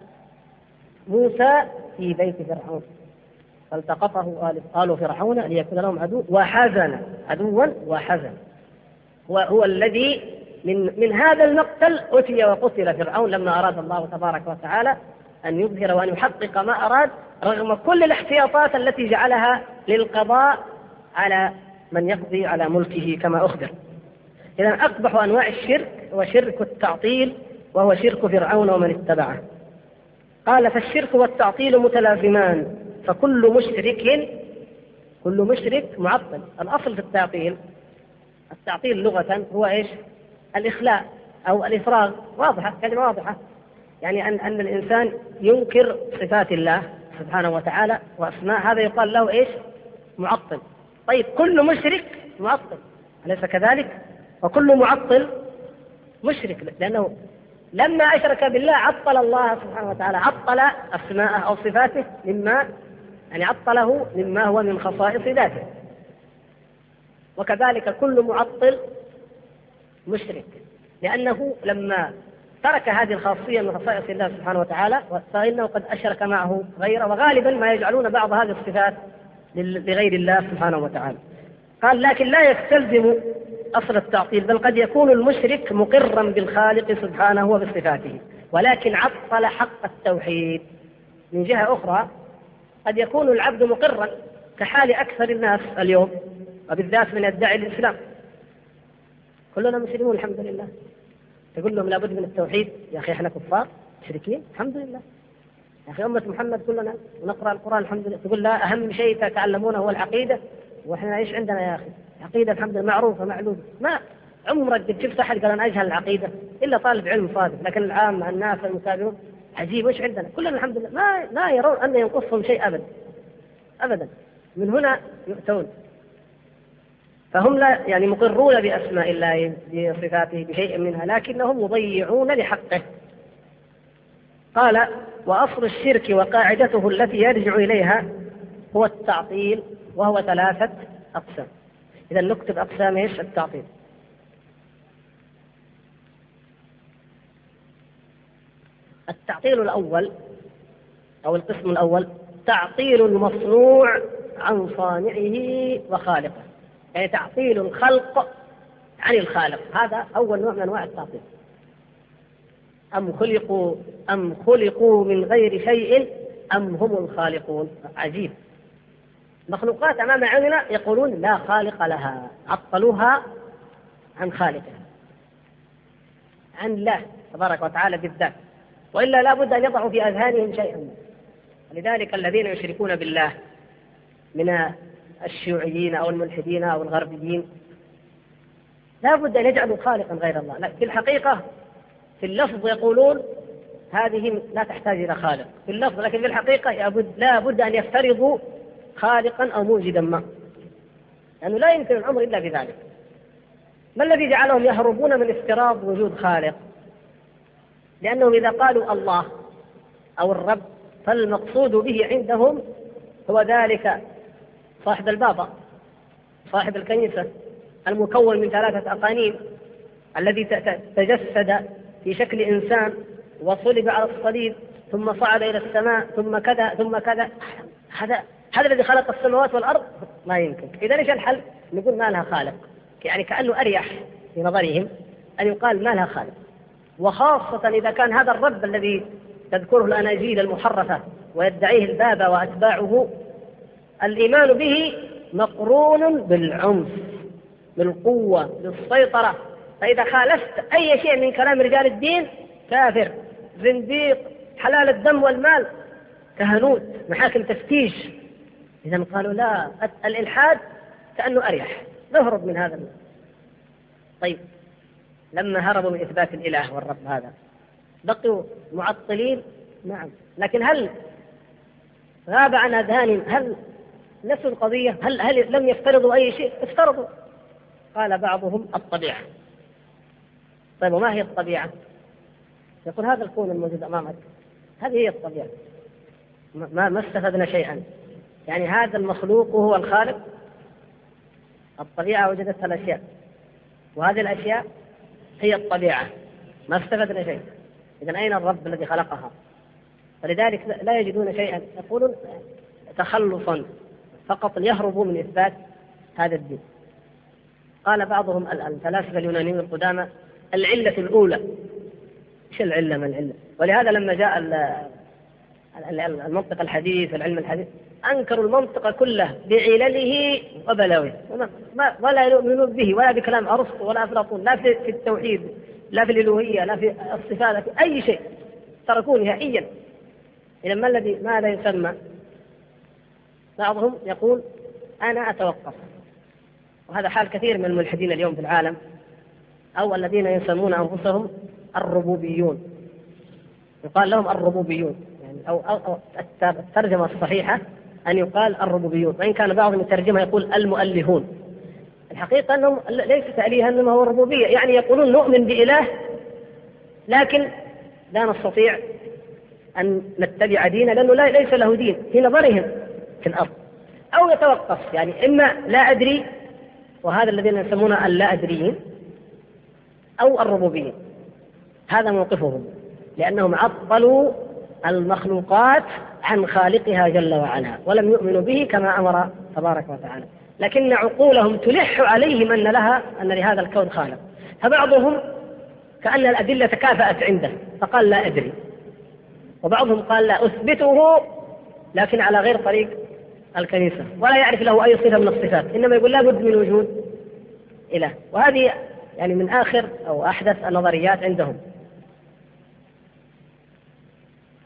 موسى في بيت فرعون فالتقطه آل فرعون ليكون لهم عدو وحزن عدوا وحزن. وهو الذي من من هذا المقتل أتي وقتل فرعون لما أراد الله تبارك وتعالى أن يظهر وأن يحقق ما أراد، رغم كل الاحتياطات التي جعلها للقضاء على من يقضي على ملكه كما أخبر. إذن أقبح أنواع الشرك هو شرك التعطيل، وهو شرك فرعون ومن اتبعه. قال فالشرك والتعطيل متلازمان، فكل مشرك كل مشرك معطل. الأصل في التعطيل التعطيل لغة هو إيش؟ الإخلاء أو الإفراغ. واضحة، كلمة واضحة. يعني أن أن الإنسان ينكر صفات الله سبحانه وتعالى وأسماء، هذا يقال له إيش؟ معطل. طيب كل مشرك معطل أليس كذلك؟ وكل معطل مشرك، لأنه لما أشرك بالله عطل الله سبحانه وتعالى، عطل أسماءه أو صفاته مما يعني عطله مما هو من خصائص ذاته. وكذلك كل معطل مشرك، لأنه لما ترك هذه الخاصية من خصائص الله سبحانه وتعالى فإنه قد أشرك معه غيره، وغالبا ما يجعلون بعض هذه الصفات لغير الله سبحانه وتعالى. قال لكن لا يستلزم أصل التعطيل، بل قد يكون المشرك مقرا بالخالق سبحانه وبصفاته ولكن عطل حق التوحيد. من جهة أخرى قد يكون العبد مقرا كحال أكثر الناس اليوم، وبالذات من يدعي الإسلام. كلنا مسلمون الحمد لله، تقول لهم لابد من التوحيد، يا أخي احنا كفار مشركين الحمد لله. يا أخي أمة محمد كلنا نقرأ القرآن الحمد لله، تقول لا أهم شيء تتعلمونه هو العقيدة، وإحنا إيش عندنا يا أخي؟ عقيدة الحمد لله معروفة معلومة. ما عمرك قد شفت أحد قال أنا أجهل العقيدة إلا طالب علم صادق، لكن العام الناس المتابعون عجيب إيش عندنا كلنا الحمد لله، ما لا يرون أن ينقصهم شيء أبدا أبدا. من هنا يؤتون، فهم لا يعني مقرون بأسماء الله بصفاته بشيء منها، لكنهم يضيعون لحقه. قال وأصل الشرك وقاعدته التي يرجع إليها هو التعطيل، وهو ثلاثة أقسام. إذا نكتب أقسام إيش التعطيل. التعطيل الأول أو القسم الأول تعطيل المصنوع عن صانعه وخالقه، يعني تعطيل الخلق عن الخالق، هذا أول نوع من أنواع التعطيل. أم خلقوا أم خلقوا من غير شيء أم هم الخالقون. عجيب، مخلوقات أمام عيننا يقولون لا خالق لها، عطلوها عن خالقها، عن الله تبارك وتعالى بالذات، وإلا لا بد أن يضعوا في أذهانهم شيئا. لذلك الذين يشركون بالله من الشيوعيين أو الملحدين أو الغربيين لا بد أن يجعلوا خالقا غير الله، لا في الحقيقة في اللفظ يقولون هذه لا تحتاج إلى خالق في اللفظ، لكن في الحقيقة لا بد أن يفترضوا خالقا أو موجدا ما، لأنه لا يمكن الأمر إلا بذلك. ما الذي جعلهم يهربون من افتراض وجود خالق؟ لأنهم إذا قالوا الله أو الرب فالمقصود به عندهم هو ذلك صاحب البابا، صاحب الكنيسة، المكون من ثلاثة أقانيم، الذي تجسد في شكل إنسان وصلب على الصليب ثم صعد إلى السماء ثم كذا ثم كذا. هذا هذا الذي خلق السماوات والأرض؟ ما يمكن. إذا إيش الحل؟ نقول ما لها خالق، يعني كأنه أريح في نظرهم أن يقال ما لها خالق، وخاصة إذا كان هذا الرب الذي تذكره الأناجيل المحرفة ويدعيه البابا وأتباعه الإيمان به مقرون بالعنف، بالقوة، بالسيطرة. فإذا خالفت أي شيء من كلام رجال الدين كافر، زنديق، حلال الدم والمال، كهنوت، محاكم تفتيش. إذا قالوا لا، الإلحاد كأنه أريح، نهرب من هذا. طيب لما هربوا من إثبات الإله والرب هذا بقوا معطلين؟ نعم، لكن هل غاب عن أذهانهم؟ هل نسوا القضية؟ هل, هل لم يفترضوا أي شيء؟ افترضوا. قال بعضهم الطبيعة. طيب وما هي الطبيعة؟ يقول هذا الكون الموجود أمامك هذه هي الطبيعة، ما ما استفدنا شيئا، يعني هذا المخلوق هو الخالق. الطبيعة وجدتها الأشياء، وهذه الأشياء هي الطبيعة، ما استفدنا شيء. إذن أين الرب الذي خلقها؟ فلذلك لا يجدون شيئا، يقولون تخلصا فقط ليهربوا من إثبات هذا الدين. قال بعضهم الفلاسفة اليونانيين القدامى العلة الأولى. إيش العلة؟ من العلة؟ ولهذا لما جاء المنطق الحديث العلم الحديث أنكروا المنطق كله بعلله وبلاويه، ولا يؤمنون به ولا بكلام أرسطو ولا أفلاطون، لا في التوحيد لا في الإلوهية لا في الصفات لا في أي شيء، تركوه نهائيا. إذا ما الذي ماذا يسمى؟ بعضهم يقول أنا أتوقف، وهذا حال كثير من الملحدين اليوم في العالم، أو الذين يسمون أنفسهم الربوبيون، يقال لهم الربوبيون، يعني أو, أو, أو الترجمة الصحيحة أن يقال الربوبيون، وإن كان بعضهم الترجمة يقول المؤلهون. الحقيقة أنهم ليس تأليها إنما هو الربوبية، يعني يقولون نؤمن بإله لكن لا نستطيع أن نتبع دينه لأنه لا ليس له دين في نظرهم في الأرض، أو يتوقف، يعني إما لا أدري، وهذا الذين يسمونه اللا أدريين، أو الربوبيين. هذا موقفهم، لأنهم عطلوا المخلوقات عن خالقها جل وعلا ولم يؤمنوا به كما أمر تبارك وتعالى، لكن عقولهم تلح عليهم أن لها أن لهذا الكون خالق. فبعضهم كأن الأدلة تكافأت عنده فقال لا أدري، وبعضهم قال لا أثبته لكن على غير طريق الكنيسة، ولا يعرف له أي صفة من الصفات، إنما يقول لا بد من وجود إله. وهذه يعني من آخر أو أحدث النظريات عندهم.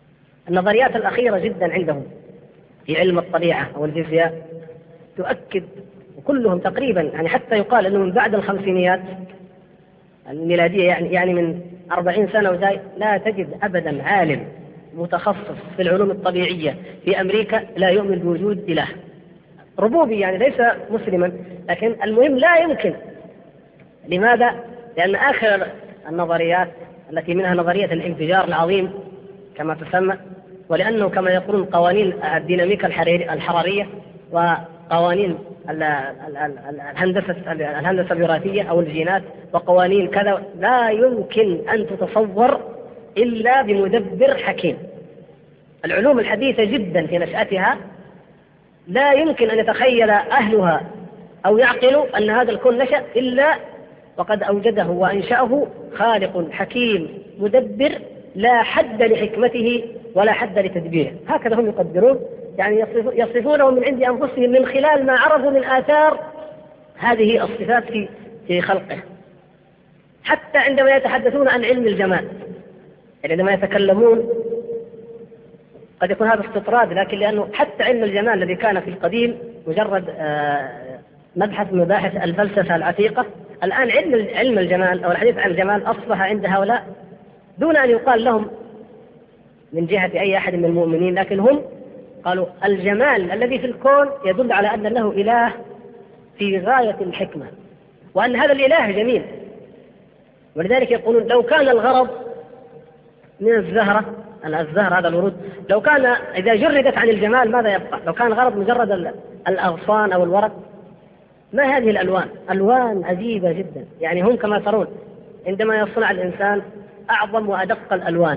النظريات الأخيرة جدا عندهم في علم الطبيعة أو الفيزياء تؤكد، وكلهم تقريبا يعني حتى يقال أنه من بعد الخمسينيات الميلادية يعني يعني من أربعين سنة وزي لا تجد أبدا عالم متخصص في العلوم الطبيعية في أمريكا لا يؤمن بوجود إله ربوبي، يعني ليس مسلما، لكن المهم لا يمكن. لماذا؟ لأن آخر النظريات التي منها نظرية الانفجار العظيم كما تسمى، ولأنه كما يقولون قوانين الديناميكا الحرارية وقوانين الهندسة الهندسة الوراثية أو الجينات وقوانين كذا لا يمكن أن تتصور إلا بمدبر حكيم. العلوم الحديثة جدا في نشأتها لا يمكن أن يتخيل أهلها أو يعقلوا أن هذا الكون نشأ إلا وقد أوجده وأنشأه خالق حكيم مدبر لا حد لحكمته ولا حد لتدبيره. هكذا هم يقدرون، يعني يصفونه من عند أنفسهم من خلال ما عرفوا من آثار هذه الصفات في في خلقه. حتى عندما يتحدثون عن علم الجمال، يعني عندما يتكلمون قد يكون هذا استطراد، لكن لأنه حتى علم الجمال الذي كان في القديم مجرد مبحث من مباحث الفلسفة العتيقة، الآن علم علم الجمال أو الحديث عن الجمال أصبح عند هؤلاء دون أن يقال لهم من جهة أي أحد من المؤمنين، لكن هم قالوا الجمال الذي في الكون يدل على أن له إله في غاية الحكمة وأن هذا الإله جميل. ولذلك يقولون لو كان الغرض من الزهرة، الزهر هذا الورود، لو كان إذا جردت عن الجمال ماذا يبقى؟ لو كان الغرض مجرد الأغصان أو الورق، ما هذه الألوان؟ ألوان عجيبة جدا. يعني هم كما ترون عندما يصنع الإنسان أعظم وأدق الألوان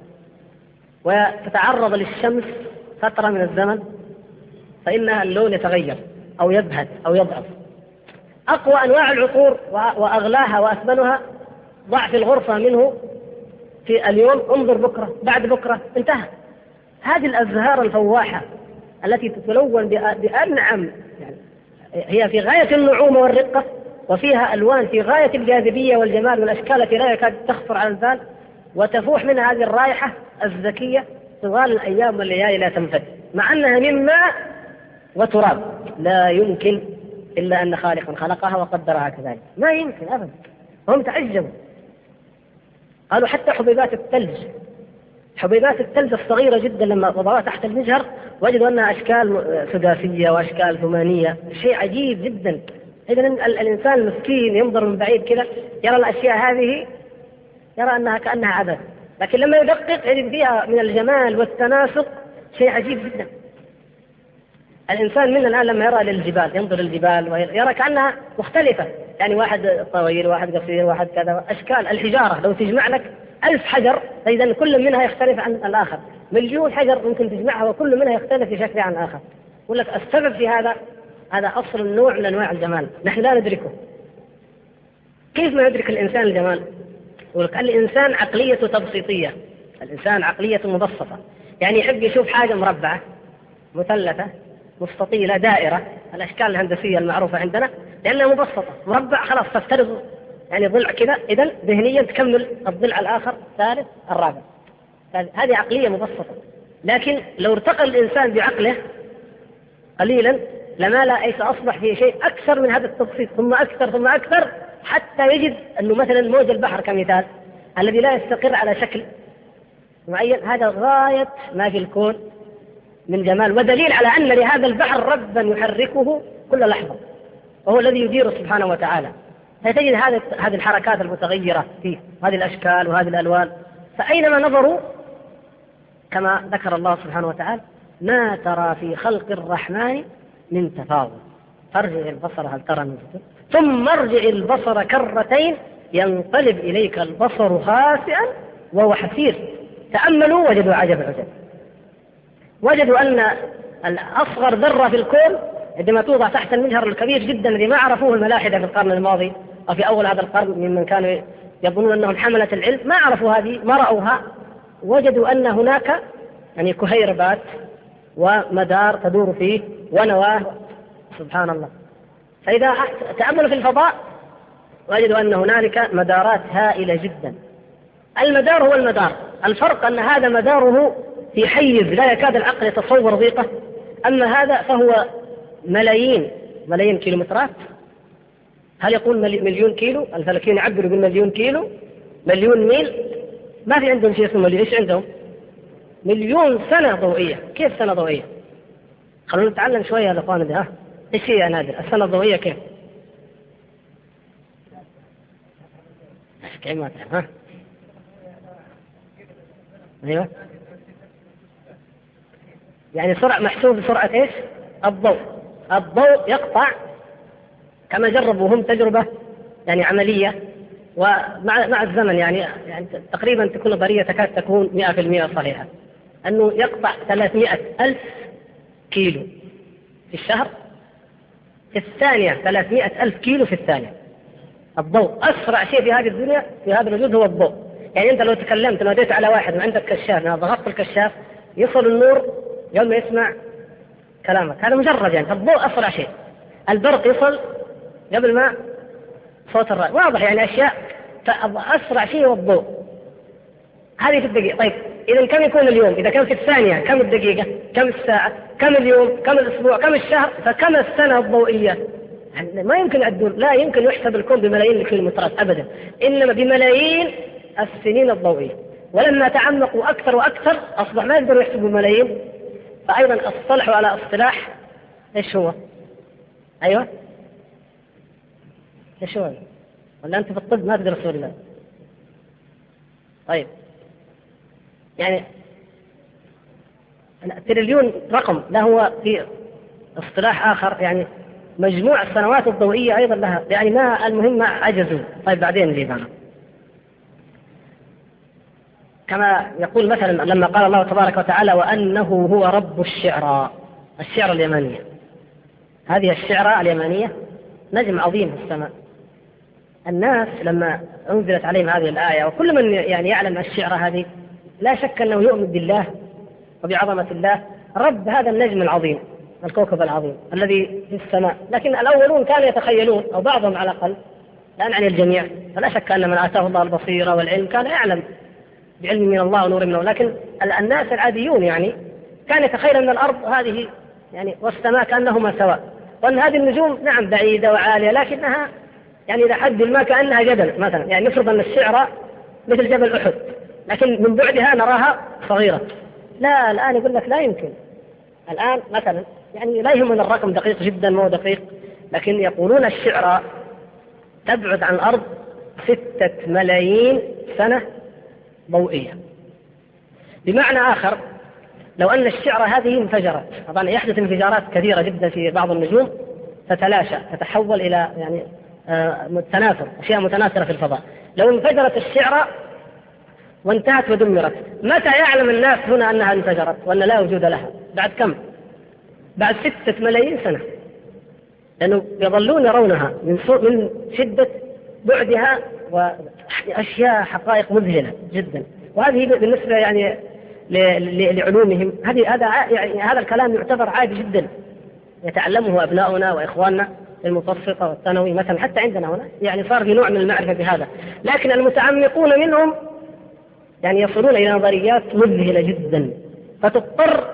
وتتعرض للشمس فترة من الزمن فإن اللون يتغير أو يبهت أو يضعف. أقوى أنواع العطور وأغلاها وأثمنها ضع في الغرفة منه في اليوم، انظر بكرة بعد بكرة انتهى. هذه الأزهار الفواحة التي تتلون بأنعم، يعني هي في غاية النعومة والرقة وفيها ألوان في غاية الجاذبية والجمال والأشكال التي لا يكاد تخطر على البال، وتفوح منها هذه الرائحة الزكية طوال الأيام والليالي لا تنفد، مع أنها من ماء وتراب لا يمكن إلا أن خالقا خلقها وقدرها كذلك، ما يمكن أبدا. هم تعجبوا، قالوا حتى حبيبات الثلج، حبيبات الثلج الصغيرة جدا لما وضعوها تحت المجهر وجدوا أنها أشكال سداسية وأشكال ثمانية، شيء عجيب جدا. إذن الإنسان المسكين ينظر من بعيد كذا يرى الأشياء هذه يرى أنها كأنها عبث، لكن لما يدقق يجد فيها من الجمال والتناسق شيء عجيب جدا. الإنسان منا الآن لما يرى للجبال ينظر للجبال ويرى كأنها مختلفة، يعني واحد طويل واحد قصير واحد كذا، أشكال الحجارة لو تجمع لك ألف حجر إذن كل منها يختلف عن الآخر، مليون حجر ممكن تجمعها وكل منها يختلف في شكل عن الآخر. يقول لك السبب في هذا هذا أصل النوع من أنواع الجمال نحن لا ندركه. كيف ما يدرك الإنسان الجمال؟ يقول لك الإنسان عقلية تبسيطية، الإنسان عقلية مبسطة، يعني يحب يشوف حاجة مربعة مثلثة مستطيلة دائرة، الأشكال الهندسية المعروفة عندنا لأنها مبسطة، مربع خلاص تفترض يعني ضلع كذا، إذن ذهنيا تكمل الضلع الآخر الثالث الرابع. هذه عقلية مبسطة. لكن لو ارتقى الإنسان بعقله قليلا لما لا أيس أصبح في شيء أكثر من هذا التبسيط ثم أكثر ثم أكثر، حتى يجد أنه مثلا موج البحر كمثال الذي لا يستقر على شكل معين، هذا غاية ما في الكون من جمال ودليل على أن لهذا البحر ربا يحركه كل لحظة وهو الذي يديره سبحانه وتعالى. فتجد هذه هذه الحركات المتغيرة فيه، هذه الأشكال وهذه الألوان، فأينما نظروا كما ذكر الله سبحانه وتعالى ما ترى في خلق الرحمن من تفاوت، فارجع البصر هل ترى من فتور ثم ارجع البصر كرتين ينقلب إليك البصر خاسئا وهو حسير. تأملوا وجدوا عجب عجب، وجدوا أن الأصغر ذرة في الكون عندما توضع تحت المجهر الكبير جدا الذي ما عرفوه الملاحدة في القرن الماضي أو في أول هذا القرن ممن كانوا يظنون أنهم حملة العلم، ما عرفوا هذه ما رأوها، وجدوا أن هناك يعني كهيربات ومدار تدور فيه ونواة، سبحان الله. فإذا تأملوا في الفضاء وجدوا أن هنالك مدارات هائلة جدا. المدار هو المدار، الفرق أن هذا مداره في حيز لا يكاد العقل يتصور ضيقه. أما هذا فهو ملايين ملايين كيلومترات. هل يقول مليون كيلو؟ الفلكيين يعبروا بالمليون كيلو، مليون ميل. ما في عندهم شيء اسمه مليون. ايش عندهم؟ مليون سنة ضوئية. كيف سنة ضوئية؟ خلونا نتعلم شوية يا اخوان. ها ايش هي يا نادر السنة الضوئية؟ كيف؟ كلمات. ها ايوه، يعني سرعة محسوب بسرعة ايش؟ الضوء. الضوء يقطع كما جربوا هم تجربة يعني عملية، ومع مع الزمن يعني يعني تقريبا تكون نظرية تكاد تكون مئة في المئة صحيحة، أنه يقطع ثلاثمائة ألف كيلو في الشهر، في الثانية ثلاثمائة ألف كيلو في الثانية. الضوء أسرع شيء في هذه الدنيا في هذا الوجود هو الضوء. يعني أنت لو تكلمت ناديت على واحد وعندك كشاف، لو ضغطت الكشاف يصل النور يوم ما يسمع كلامك. هذا مجرد يعني الضوء أسرع شيء. البرق يصل قبل ما صوت الرعد. واضح يعني أشياء. فأسرع شيء هو الضوء. هذه في الدقيقة. طيب إذا كم يكون اليوم؟ إذا كان في الثانية كم الدقيقة؟ كم الساعة؟ كم اليوم؟ كم الأسبوع؟ كم الشهر؟ فكم السنة الضوئية؟ يعني ما يمكن يعدون، لا يمكن يحسب الكون بملايين الكيلومترات أبدا، إنما بملايين السنين الضوئية. ولما تعمقوا أكثر وأكثر أصبح ما يقدروا يحسبوا ملايين. فأيضا اصطلحوا على اصطلاح إيش هو؟ أيوة إيش هو؟ ولا أنت في الطب ما تدرسوا ولا؟ طيب يعني التريليون رقم لا هو في اصطلاح آخر، يعني مجموع السنوات الضوئية أيضا لها، يعني ما المهم ما عجزوا. طيب بعدين نجيب عنه. كما يقول مثلا لما قال الله تبارك وتعالى وأنه هو رب الشعرى، الشعرى اليمانية. هذه الشعرى اليمانية نجم عظيم في السماء. الناس لما أنزلت عليهم هذه الآية، وكل من يعني يعلم الشعرى هذه لا شك أنه يؤمن بالله وبعظمة الله رب هذا النجم العظيم، الكوكب العظيم الذي في السماء. لكن الأولون كانوا يتخيلون، أو بعضهم على الأقل، لا نعني الجميع، فلا شك أن من آتاه الله البصيرة والعلم كان يعلم بعلم من الله ونور منه. لكن الناس العاديون يعني كان يتخيل أن الأرض هذه يعني والسماء كأنهما سواء، وأن هذه النجوم نعم بعيدة وعالية لكنها يعني إلى حد ما كأنها جبل مثلا. يعني نفرض أن الشعرى مثل جبل أحد، لكن من بعدها نراها صغيرة. لا الآن يقول لك لا يمكن. الآن مثلا يعني لا يهمنا الرقم دقيق جدا مو دقيق، لكن يقولون الشعرى تبعد عن الأرض ستة ملايين سنة ضوئية. بمعنى آخر لو أن الشعرى هذه انفجرت، طبعا يحدث انفجارات كثيرة جدا في بعض النجوم تتلاشى تتحول إلى يعني آه تناثر، أشياء متناثرة في الفضاء. لو انفجرت الشعرى وانتهت ودمرت، متى يعلم الناس هنا أنها انفجرت وأن لا وجود لها؟ بعد كم؟ بعد ستة ملايين سنة، لأنه يظلون يرونها من من شدة بعدها وأشياء حقائق مذهلة جدا. وهذه بالنسبة يعني لعلومهم هذه هذا يعني هذا الكلام يعتبر عادي جدا يتعلمه أبناؤنا وإخواننا المتوسطة والثانوي مثلا، حتى عندنا هنا يعني صار في نوع من المعرفة بهذا. لكن المتعمقون منهم يعني يصلون إلى نظريات مذهلة جدا، فتضطر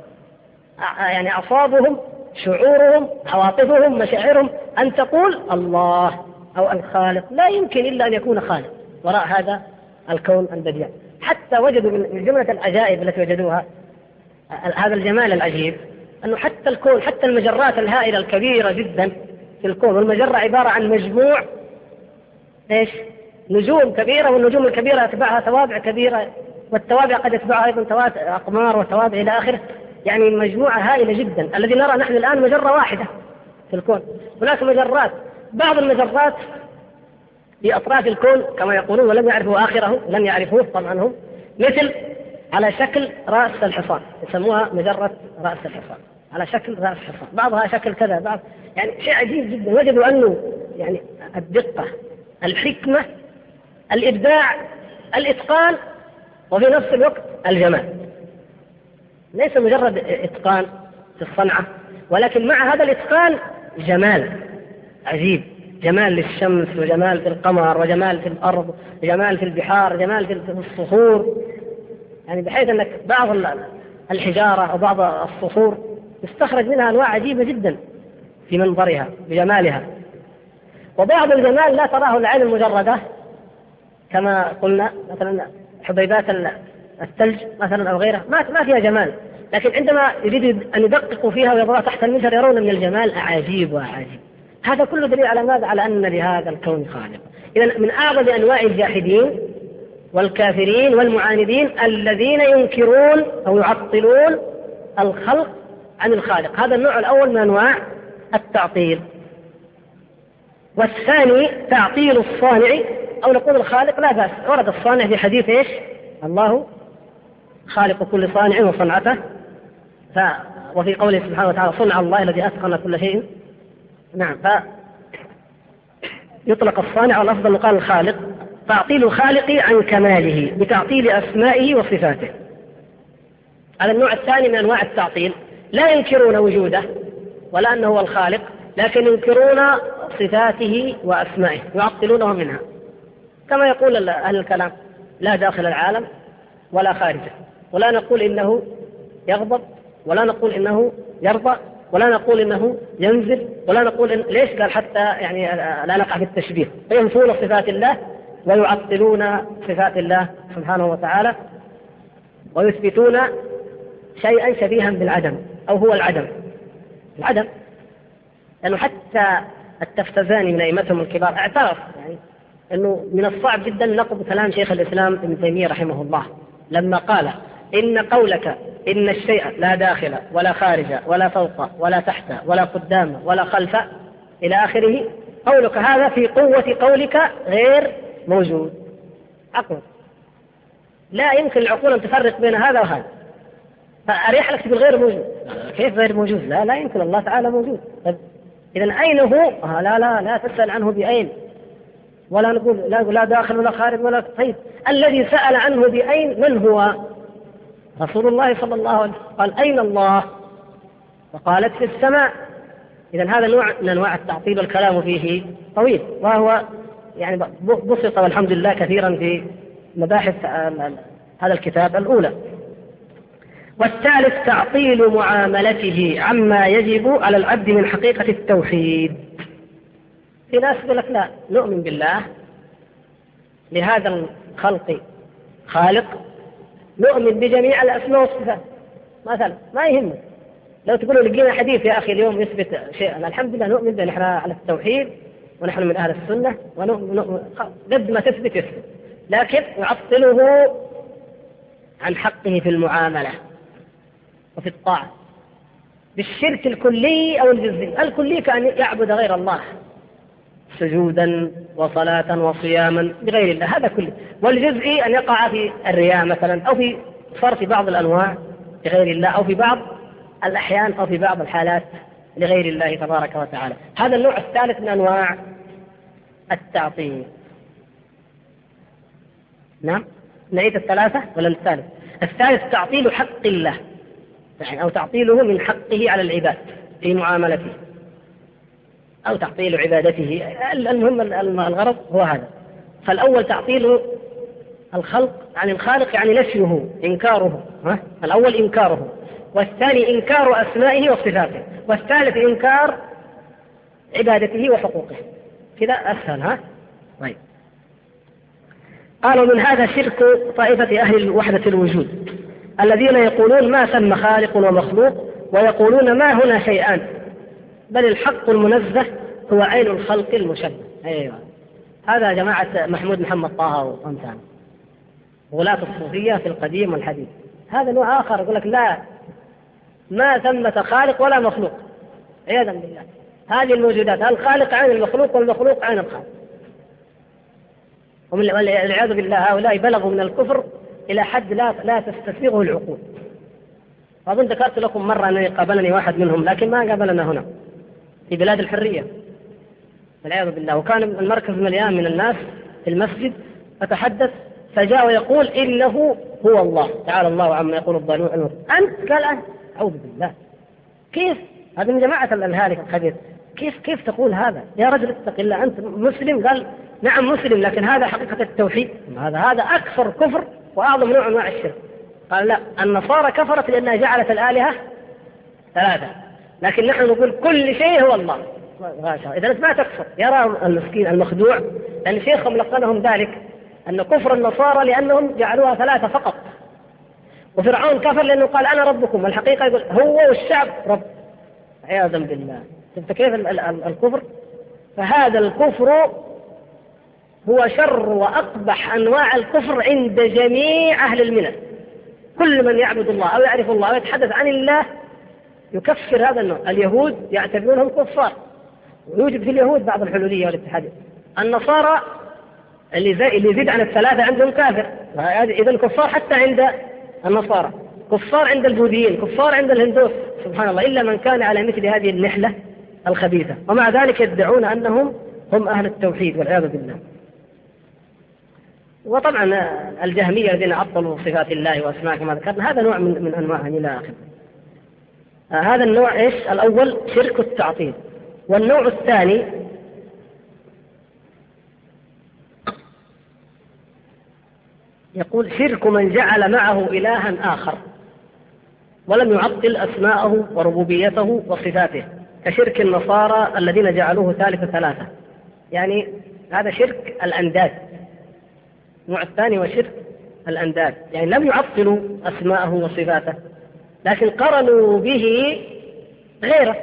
يعني أعصابهم شعورهم عواطفهم مشاعرهم أن تقول الله أو الخالق. لا يمكن إلا أن يكون خالق وراء هذا الكون البديع. حتى وجدوا من جملة العجائب التي وجدوها هذا الجمال العجيب، أنه حتى الكون حتى المجرات الهائلة الكبيرة جدا في الكون، والمجرة عبارة عن مجموع إيش؟ نجوم كبيرة، والنجوم الكبيرة يتبعها توابع كبيرة، والتوابع قد يتبعها أيضا أقمار وتوابع إلى آخره. يعني مجموعة هائلة جدا. الذي نرى نحن الآن مجرة واحدة في الكون. هناك مجرات، بعض المجرات في أطراف الكون كما يقولون ولم يعرفوا آخره، لم يعرفوه طبعا هم، مثل على شكل رأس الحصان، يسموها مجرة رأس الحصان، على شكل رأس الحصان، بعضها شكل كذا بعض، يعني شيء عجيب جدا. وجدوا أنه يعني الدقة، الحكمة، الإبداع، الإتقان، وفي نفس الوقت الجمال. ليس مجرد إتقان في الصنعة، ولكن مع هذا الإتقان جمال عجيب، جمال للشمس وجمال في القمر وجمال في الأرض وجمال في البحار وجمال في الصخور. يعني بحيث أنك بعض الحجارة أو بعض الصخور يستخرج منها أنواع عجيبة جدا في منظرها بجمالها. وبعض الجمال لا تراه العين المجردة كما قلنا، مثلا حبيبات الثلج مثلا أو غيرها ما ما فيها جمال، لكن عندما يريدوا أن يدققوا فيها ويضعوها تحت المجهر يرون من الجمال أعاجيب وأعاجيب. هذا كله دليل على ماذا؟ على أن لهذا الكون خالق. إذن من أعظم أنواع الجاحدين والكافرين والمعاندين الذين ينكرون أو يعطلون الخلق عن الخالق. هذا النوع الأول من أنواع التعطيل. والثاني تعطيل الصانع، أو نقول الخالق لا بأس، ورد الصانع في حديث إيش؟ الله خالق كل صانع وصنعته. ف... وفي قوله سبحانه وتعالى صنع الله الذي أتقن كل شيء. نعم، فيطلق الصانع والأفضل قال الخالق. تعطيل الخالق عن كماله بتعطيل أسمائه وصفاته. هذا النوع الثاني من أنواع التعطيل. لا ينكرون وجوده ولا أنه هو الخالق، لكن ينكرون صفاته وأسمائه يعطلونه منها، كما يقول أهل الكلام لا داخل العالم ولا خارجه، ولا نقول إنه يغضب، ولا نقول إنه يرضى، ولا نقول إنه ينزل، ولا نقول إن... ليش؟ قال حتى يعني لا نقع في التشبيه، فينفون صفات الله ويعطلون صفات الله سبحانه وتعالى، ويثبتون شيئا شبيها بالعدم أو هو العدم. العدم لأنه حتى التفتزاني من أئمتهم الكبار اعترف يعني أنه من الصعب جدا نقض كلام شيخ الإسلام ابن تيمية رحمه الله لما قال إن قولك إن الشيء لا داخل ولا خارج ولا فوق ولا تحت ولا قدام ولا خلف إلى آخره، قولك هذا في قوة قولك غير موجود. عقل لا يمكن العقول أن تفرق بين هذا وهذا، فأريح لك تقول غير موجود. كيف غير موجود؟ لا لا يمكن، الله تعالى موجود. إذن أين هو؟ آه لا لا لا تسأل عنه بأين، ولا نقول لا, لا داخل ولا خارج ولا. طيب الذي سأل عنه بأين من هو؟ رسول الله صلى الله عليه وسلم قال أين الله؟ فقالت في السماء. إذن هذا نوع من أنواع التعطيل والكلام فيه طويل، وهو يعني بسط والحمد لله كثيرا في مباحث هذا الكتاب الأولى. والثالث تعطيل معاملته عما يجب على العبد من حقيقة التوحيد. في ناس يقول لك لا نؤمن بالله لهذا الخلق خالق، نؤمن بجميع الأسماء والصفات مثلا، ما يهمك لو تقولوا لقينا حديث يا أخي اليوم يثبت شيئا، الحمد لله نؤمن بأن نحن على التوحيد ونحن من أهل السنة ونؤمن قد ما تثبت يثبت، لكن يعطله عن حقه في المعاملة وفي الطاعة بالشرك الكلي أو الجزئي. الكلي كأن يعبد غير الله سجودا وصلاة وصياما بغير الله، هذا كله. والجزئي أن يقع في الرياء مثلا، أو في صرف بعض الأنواع لغير الله، أو في بعض الأحيان أو في بعض الحالات لغير الله تبارك وتعالى. هذا النوع الثالث من أنواع التعطيل. نعم، نعيد الثلاثة ولا الثالث؟ الثالث تعطيل حق الله، يعني أو تعطيله من حقه على العباد في معاملته، أو تعطيل عبادته. المهم الغرض هو هذا. فالأول تعطيل الخلق عن الخالق، يعني نفيه إنكاره، ها؟ الأول إنكاره، والثاني إنكار أسمائه وصفاته، والثالث إنكار عبادته وحقوقه. كذا أسهل. ها طيب. قالوا من هذا شرك طائفة أهل وحدة الوجود الذين يقولون ما ثم خالق ومخلوق، ويقولون ما هنا شيئان بل الحق المنزه هو عين الخلق المشبه. أيوة. هذا جماعة محمود محمد طه وأمثاله غلاة الصوفية في القديم والحديث. هذا نوع آخر يقول لك لا، ما ثمة خالق ولا مخلوق عياذا بالله. هذه الموجودات الخالق عين المخلوق والمخلوق عين الخالق، والعياذ بالله هؤلاء بلغوا من الكفر إلى حد لا لا تستسيغه العقول. أظن ذكرت لكم مرة أن قابلني واحد منهم، لكن ما قابلنا هنا في بلاد الحرية والعياذ بالله، وكان المركز مليان من الناس في المسجد، فتحدث فجاء ويقول إنه هو الله تعالى الله عما يقول الضالون. أنت قال أنت أعوذ بالله، كيف هذا من جماعة الهالك الخبيث؟ كيف كيف تقول هذا يا رجل؟ اتق الله، أنت مسلم؟ قال نعم مسلم، لكن هذا حقيقة التوحيد، هذا هذا أكثر كفر وأعظم نوع أنواع الشرك. قال لا، النصارى كفرت لأنها جعلت الآلهة ثلاثة، لكن نحن نقول كل شيء هو الله. إذا أنت ما تكفر. يرى المسكين المخدوع لأن شيخهم لقنهم ذلك أن كفر النصارى لأنهم جعلوها ثلاثة فقط، وفرعون كفر لأنه قال أنا ربكم، والحقيقة يقول هو والشعب رب، عياذا بالله. شفت كيف الكفر؟ فهذا الكفر هو شر وأقبح أنواع الكفر عند جميع أهل الملل. كل من يعبد الله أو يعرف الله أو يتحدث عن الله يكفر هذا النوع. اليهود يعتبرونهم كفار، ويوجد في اليهود بعض الحلولية والاتحادية. النصارى اللي يزيد عن الثلاثة عندهم كافر. إذا كفار حتى عند النصارى، كفار عند البوذيين، كفار عند الهندوس، سبحان الله، إلا من كان على مثل هذه النحلة الخبيثة، ومع ذلك يدعون أنهم هم أهل التوحيد والعياذ بالله. وطبعا الجهمية الذين عطلوا صفات الله وأسماءه كما ذكرنا، هذا نوع من, من أنواع إلى آخره. آه هذا النوع إيش؟ الأول شرك التعطيل. والنوع الثاني يقول شرك من جعل معه إلها آخر ولم يعطل أسماءه وربوبيته وصفاته، كشرك النصارى الذين جعلوه ثالث ثلاثة، يعني هذا شرك الأنداد. النوع الثاني هو شرك الأنداد، يعني لم يعطلوا أسماءه وصفاته لكن قرنوا به غيره،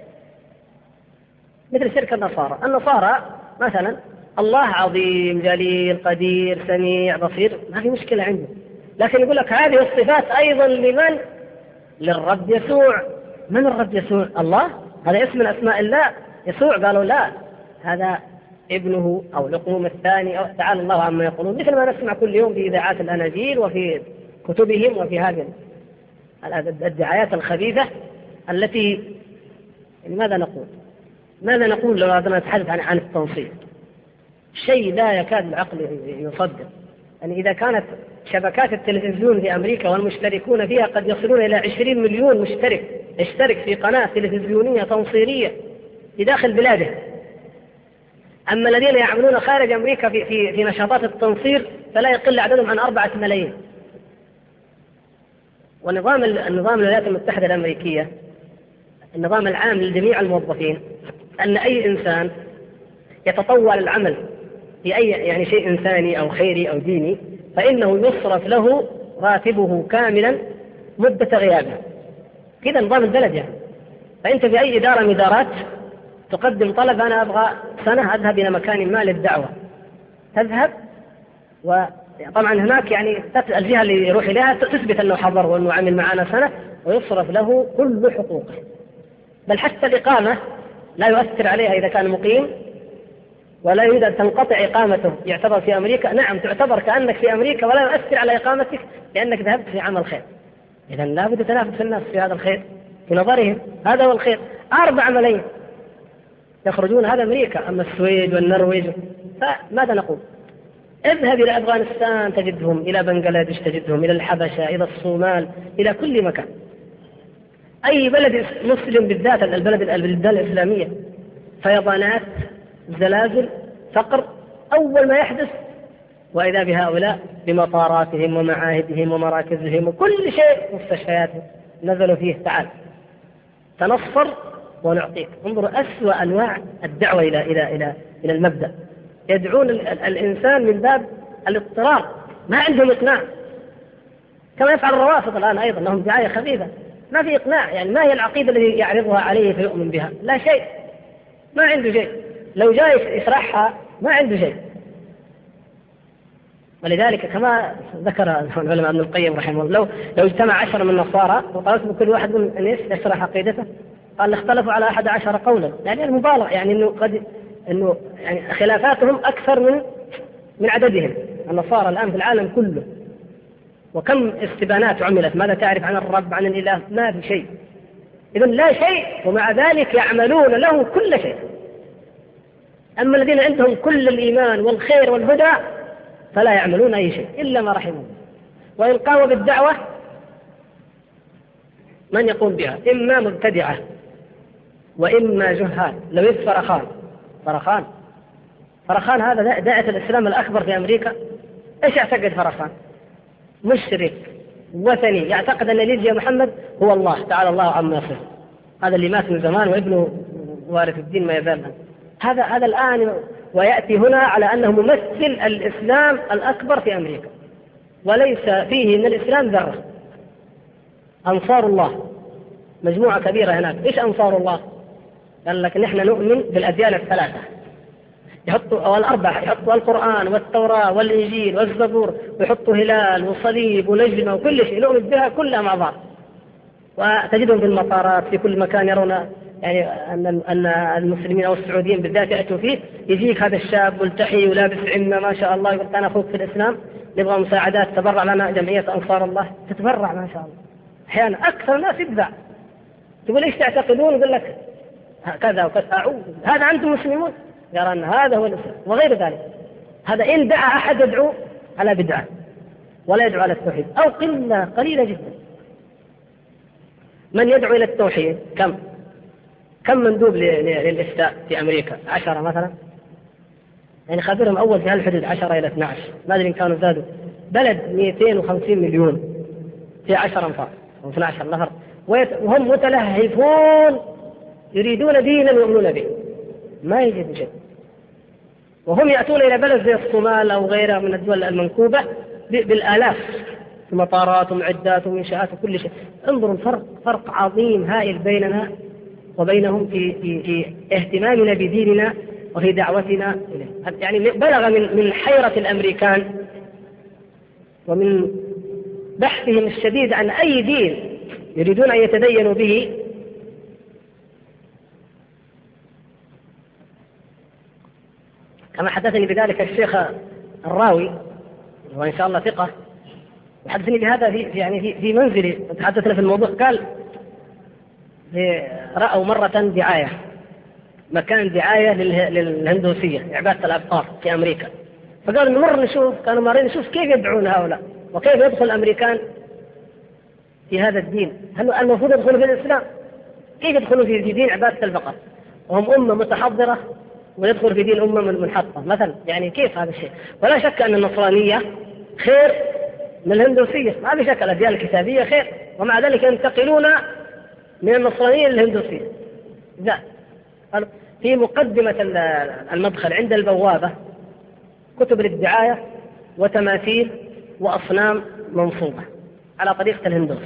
مثل شرك النصارى. النصارى مثلا الله عظيم جليل قدير سميع بصير، ما في مشكلة عنده، لكن يقول لك هذه الصفات أيضا لمن؟ للرب يسوع. من الرب يسوع؟ الله، هذا اسم من أسماء الله يسوع. قالوا لا، هذا ابنه أو لقوم الثاني، أو تعالى الله عما يقولون، مثل ما نسمع كل يوم في إذاعات الأناجيل وفي كتبهم وفي هذه الدعايات الخبيثة التي ماذا نقول؟ ماذا نقول لو أردنا نتحدث عن عن التنصيب؟ شيء لا يكاد العقل يصدق. يعني إذا كانت شبكات التلفزيون في أمريكا والمشتركون فيها قد يصلون إلى عشرين مليون مشترك يشترك في قناة تلفزيونية تنصيرية في داخل بلاده، أما الذين يعملون خارج أمريكا في, في, في نشاطات التنصير فلا يقل عددهم عن أربعة ملايين. ونظام النظام الولايات المتحدة الأمريكية النظام العام لجميع الموظفين أن أي إنسان يتطوع للعمل في أي يعني شيء إنساني أو خيري أو ديني فإنه يصرف له راتبه كاملا مدة غيابه. كذا نظام البلد يعني. فأنت في أي إدارة من إدارات تقدم طلب أنا أبغى سنة أذهب إلى مكان ما للدعوة، تذهب، وطبعا هناك يعني الجهة اللي يروح إليها تثبت أنه حضر وأنه عمل معنا سنة ويصرف له كل حقوقه، بل حتى الإقامة لا يؤثر عليها إذا كان مقيم ولا يريد أن تنقطع إقامته يعتبر في أمريكا. نعم تعتبر كأنك في أمريكا ولا يؤثر على إقامتك لأنك ذهبت في عمل خير. إذا لا بد تنافس الناس في هذا الخير في نظرهم، هذا هو الخير. أربع ملايين يخرجون، هذا أمريكا. أما السويد والنرويج فماذا نقول؟ اذهب إلى أفغانستان تجدهم، إلى بنغلاديش تجدهم، إلى الحبشة، إلى الصومال، إلى كل مكان. أي بلد مسلم بالذات البلد البلدان الإسلامية فيضانات، زلازل، فقر، أول ما يحدث وإذا بهؤلاء بمطاراتهم ومعاهدهم ومراكزهم وكل شيء، مستشفياتهم نزلوا فيه. تعال تنصر ونعطيك. انظروا أسوأ أنواع الدعوة إلى إلى إلى إلى المبدأ. يدعون الإنسان من باب الاضطرار، ما عندهم إقناع، كما يفعل الروافض الآن أيضا، لهم دعاية خبيثة، ما في إقناع. يعني ما هي العقيدة التي يعرضها عليه فيؤمن بها؟ لا شيء، ما عنده شيء. لو جاء يشرحها ما عنده شيء. ولذلك كما ذكر العلماء ابن القيم رحمه الله، لو لو اجتمع عشرة من النصارى وطلبت من كل واحد من الناس يشرح عقيدته قال اختلفوا على أحد عشر قولا، يعني المبالغة، يعني إنه قد إنه يعني خلافاتهم أكثر من من عددهم. النصارى الآن في العالم كله، وكم استبانات عملت، ماذا تعرف عن الرب عن الإله؟ ما في شيء. إذن لا شيء، ومع ذلك يعملون له كل شيء. أما الذين عندهم كل الإيمان والخير والهدى فلا يعملون أي شيء إلا ما رحمه. وإن قاموا بالدعوة من يقوم بها؟ إما مبتدعة وإما جهال. لو يد فرخان فرخان فرخان هذا داعية الإسلام الأكبر في أمريكا، إيش يعتقد فرخان؟ مشرك وثني يعتقد أن اللي يجي محمد هو الله تعالى الله عما يصف. هذا اللي مات من زمان وابنه وارث الدين ما يزال. هذا هذا الآن ويأتي هنا على أنه ممثل الإسلام الأكبر في أمريكا، وليس فيه من الإسلام ذرة. أنصار الله مجموعة كبيرة هناك. إيش أنصار الله؟ قال لك نحن نؤمن بالأديان الثلاثة، يحطوا أو الأربعة، يحطوا القرآن والتوراة والإنجيل والزبور، ويحطوا هلال وصليب ونجمة وكل شيء، نؤمن بها كلها مع بعض. وتجدهم في المطارات في كل مكان يرون يعني أن أن المسلمين أو السعوديين بالذات يأتوا فيه، يجيك هذا الشاب ملتحي ولابس عمة ما شاء الله، يقول أنا أخوك في الإسلام نبغى مساعدات، تبرع لنا جمعية أنصار الله، تتبرع ما شاء الله. أحيانا أكثر الناس يدفع، تقول إيش تعتقدون؟ يقول لك كذا وكذا. أعوذ، هذا أنتم مسلمون؟ يرى أن هذا هو الإسلام وغير ذلك. هذا إن دعا أحد يدعو على بدعة ولا يدعو على التوحيد، أو قلة قليلة جدا. من يدعو إلى التوحيد كم؟ كم مندوب للإفتاء في أمريكا؟ عشرة مثلا، يعني خبرهم أول في هالحدود عشرة إلى اثنى عشر، ما أدري إن كانوا زادوا. بلد مئتين وخمسين مليون في عشرة أنفار أو اثنى عشر نفر، وهم متلهفون يريدون دينا يؤمنون به، ما يجد شيء. وهم يأتون إلى بلد زي الصومال أو غيرها من الدول المنكوبة بالآلاف، في مطارات ومعدات ومنشآت وكل شيء. انظروا الفرق، فرق عظيم هائل بيننا وبينهم في, في, في اهتمامنا بديننا وفي دعوتنا إليه. يعني بلغ من من حيرة الأمريكان ومن بحثهم الشديد عن أي دين يريدون أن يتدينوا به، كما حدثني بذلك الشيخ الراوي وإن شاء الله ثقة، وحدثني بهذا في يعني في, في منزلي، تحدثنا في الموضوع. قال رأوا مرة دعاية، مكان دعاية للهندوسية عبادة الأبقار في أمريكا، فقالوا نمر نشوف، كانوا مارين نشوف كيف يدعون هؤلاء وكيف يدخل الأمريكان في هذا الدين. هل المفروض يدخلوا في الإسلام؟ كيف يدخلوا في دين عبادة البقر وهم أمة متحضرة ويدخل في دين أمة منحطة مثلا؟ يعني كيف هذا الشيء؟ ولا شك أن النصرانية خير من الهندوسية، ما في شك الأديان الكتابية خير، ومع ذلك ينتقلون من النصرانية للهندوسية. لا، في مقدمة المدخل عند البوابة كتب للدعاية وتماثيل وأصنام منصوبة على طريقة الهندوس.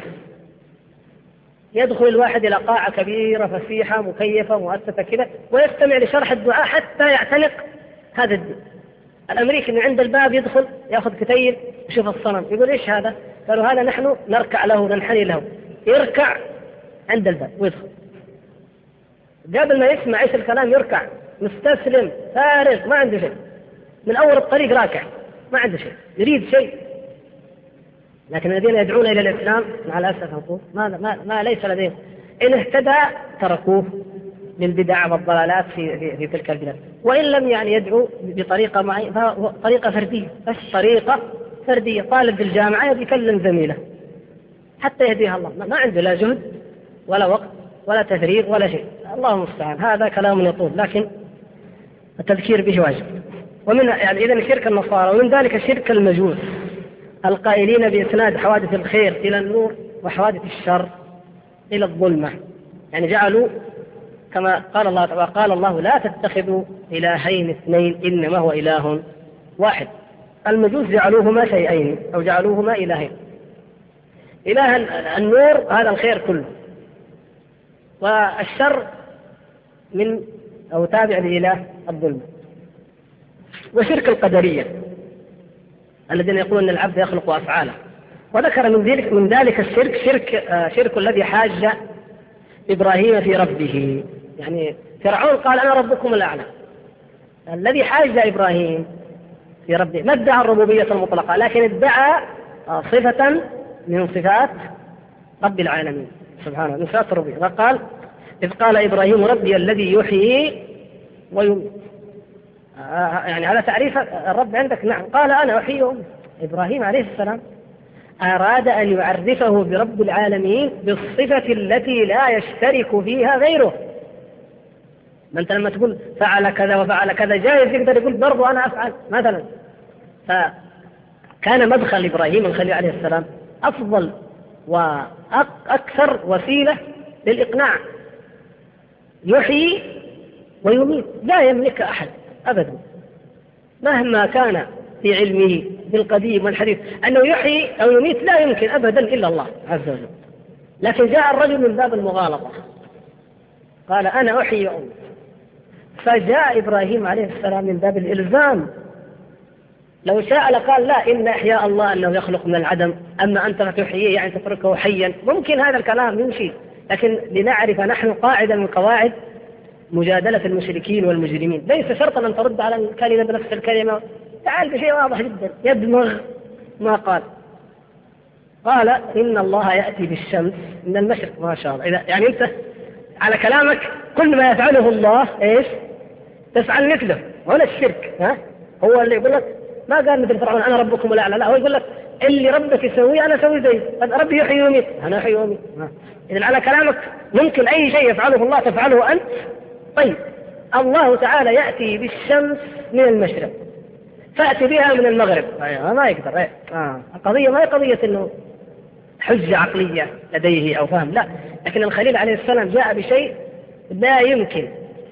يدخل الواحد إلى قاعة كبيرة فسيحة مكيفة مؤسسة كذا ويستمع لشرح الدعاء حتى يعتنق هذا الدين. الأمريكي من عند الباب يدخل يأخذ كتيب يشوف الصنم، يقول إيش هذا؟ قالوا هذا نحن نركع له ننحني له. يركع عند الباب ويدخل، قبل ما يسمع إيش الكلام يركع مستسلم فارغ ما عنده شيء، من أول الطريق راكع ما عنده شيء يريد شيء. لكن الذين يدعون إلى الإسلام مع الأسف أقول ما, ما, ما ليس لديهم، إن اهتدى تركوه للبدع والضلالات في, في, في تلك البلاد، وإن لم يعني يدعو بطريقة معينة فهو طريقة فردية، بس طريقة فردية. طالب في الجامعة يكلم زميله حتى يهديها الله، ما عنده لا جهد ولا وقت ولا تفريغ ولا شيء. الله المستعان، هذا كلام يطول لكن التذكير به واجب. ومن يعني إذن شرك النصارى، ومن ذلك شرك المجوس القائلين بإسناد حوادث الخير إلى النور وحوادث الشر إلى الظلمة. يعني جعلوا كما قال الله تعالى قال الله لا تتخذوا إلهين اثنين إنما هو إله واحد. المجوس جعلوهما شيئين أو جعلوهما إلهين، إله النور هذا الخير كله، والشر من أو تابع لإله الظلم. وشرك القدرية الذين يقولون أن العبد يخلق أفعاله، وذكر من ذلك من ذلك الشرك شرك آه شرك الذي حاج إبراهيم في ربه. يعني فرعون قال أنا ربكم الأعلى، الذي حاج إبراهيم في ربه ما ادعى الربوبية المطلقة، لكن ادعى آه صفة من صفات رب العالمين سبحانه، من صفات الربوبية. فقال إذ قال إبراهيم ربي الذي يحيي ويميت، يعني على تعريف الرب عندك. نعم، قال أنا أحيي وأميت. إبراهيم عليه السلام أراد أن يعرفه برب العالمين بالصفة التي لا يشترك فيها غيره. ما أنت لما تقول فعل كذا وفعل كذا جائز يقدر يقول برضو أنا أفعل مثلا. فكان مدخل إبراهيم الخليل عليه السلام أفضل وأكثر وسيلة للإقناع، يحيي ويميت، لا يملك أحد أبدا مهما كان في علمه بالقديم والحديث أنه يحيي أو يميت، لا يمكن أبدا إلا الله عز وجل. لكن جاء الرجل من باب المغالطة قال أنا أحيي وأميت، فجاء إبراهيم عليه السلام من باب الإلزام. لو شاء لقال لا، إن إحياء الله أنه يخلق من العدم، أما أنت تحييه يعني تتركه حيا، ممكن هذا الكلام يمشي، لكن لنعرف نحن قاعدة من قواعد مجادلة المشركين والمجرمين، ليس شرطا أن ترد على الكلمة بنفس الكلمة، تعال بشيء واضح جدا يدمغ ما قال. قال إن الله يأتي بالشمس من المشرق، ما شاء الله. إذا يعني أنت على كلامك كل ما يفعله الله إيش تفعل مثله، هنا الشرك. ها هو اللي يقول لك ما قال مثل فرعون أنا ربكم الأعلى، لا، هو يقول لك اللي ربك يسويه أنا أسوي زيه، ربي يحيي ويميت أنا أحيي ويميت. إذن على كلامك ممكن أي شيء يفعله الله تفعله أنت. طيب الله تعالى يأتي بالشمس من المشرق فأتي بها من المغرب، أيوة ما يقدر. أيوة. آه. القضية ما هي قضية إنه حجة عقلية لديه أو فهم، لا، لكن الخليل عليه السلام جاء بشيء لا يمكن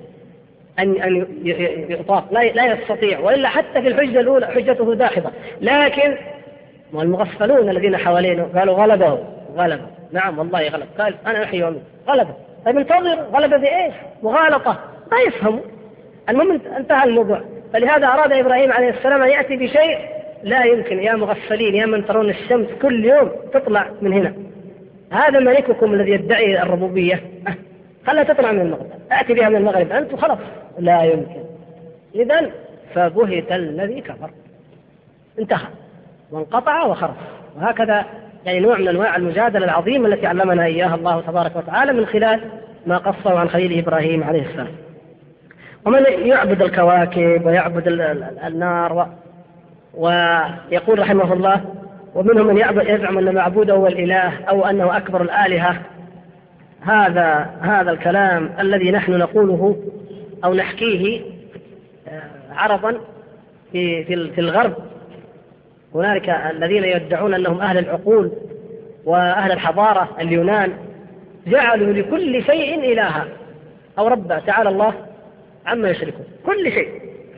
أن أن يطاق، لا لا يستطيع، وإلا حتى في الحجة الأولى حجته داحضة. لكن والمغفلون الذين حوالينه قالوا غلبه غلبه نعم والله غلب، قال أنا أحيي وأميت غلبه. طيب انتظر، غلبه بإيش؟ مغالطة، ما يفهموا. المهم انتهى الموضوع. فلهذا أراد إبراهيم عليه السلام أن يأتي بشيء لا يمكن. يا مغفلين، يا من ترون الشمس كل يوم تطلع من هنا، هذا ملككم الذي يدعي الربوبية، خلها تطلع من المغرب، أتي بها من المغرب أنت خلاص، لا يمكن. إذن فبهت الذي كفر، انتهى وانقطع وخرج. وهكذا يعني نوع من أنواع المجادلة العظيمة التي علمنا إياها الله تبارك وتعالى من خلال ما قصه عن خليل إبراهيم عليه السلام. ومن يعبد الكواكب ويعبد النار و... ويقول رحمه الله ومنهم من يزعم أن معبوده هو الإله أو أنه أكبر الآلهة. هذا هذا الكلام الذي نحن نقوله أو نحكيه عرضا في في الغرب، هنالك الذين يدعون أنهم أهل العقول وأهل الحضارة، اليونان، جعلوا لكل شيء إلها أو ربا، تعالى الله عما يشركون. كل شيء،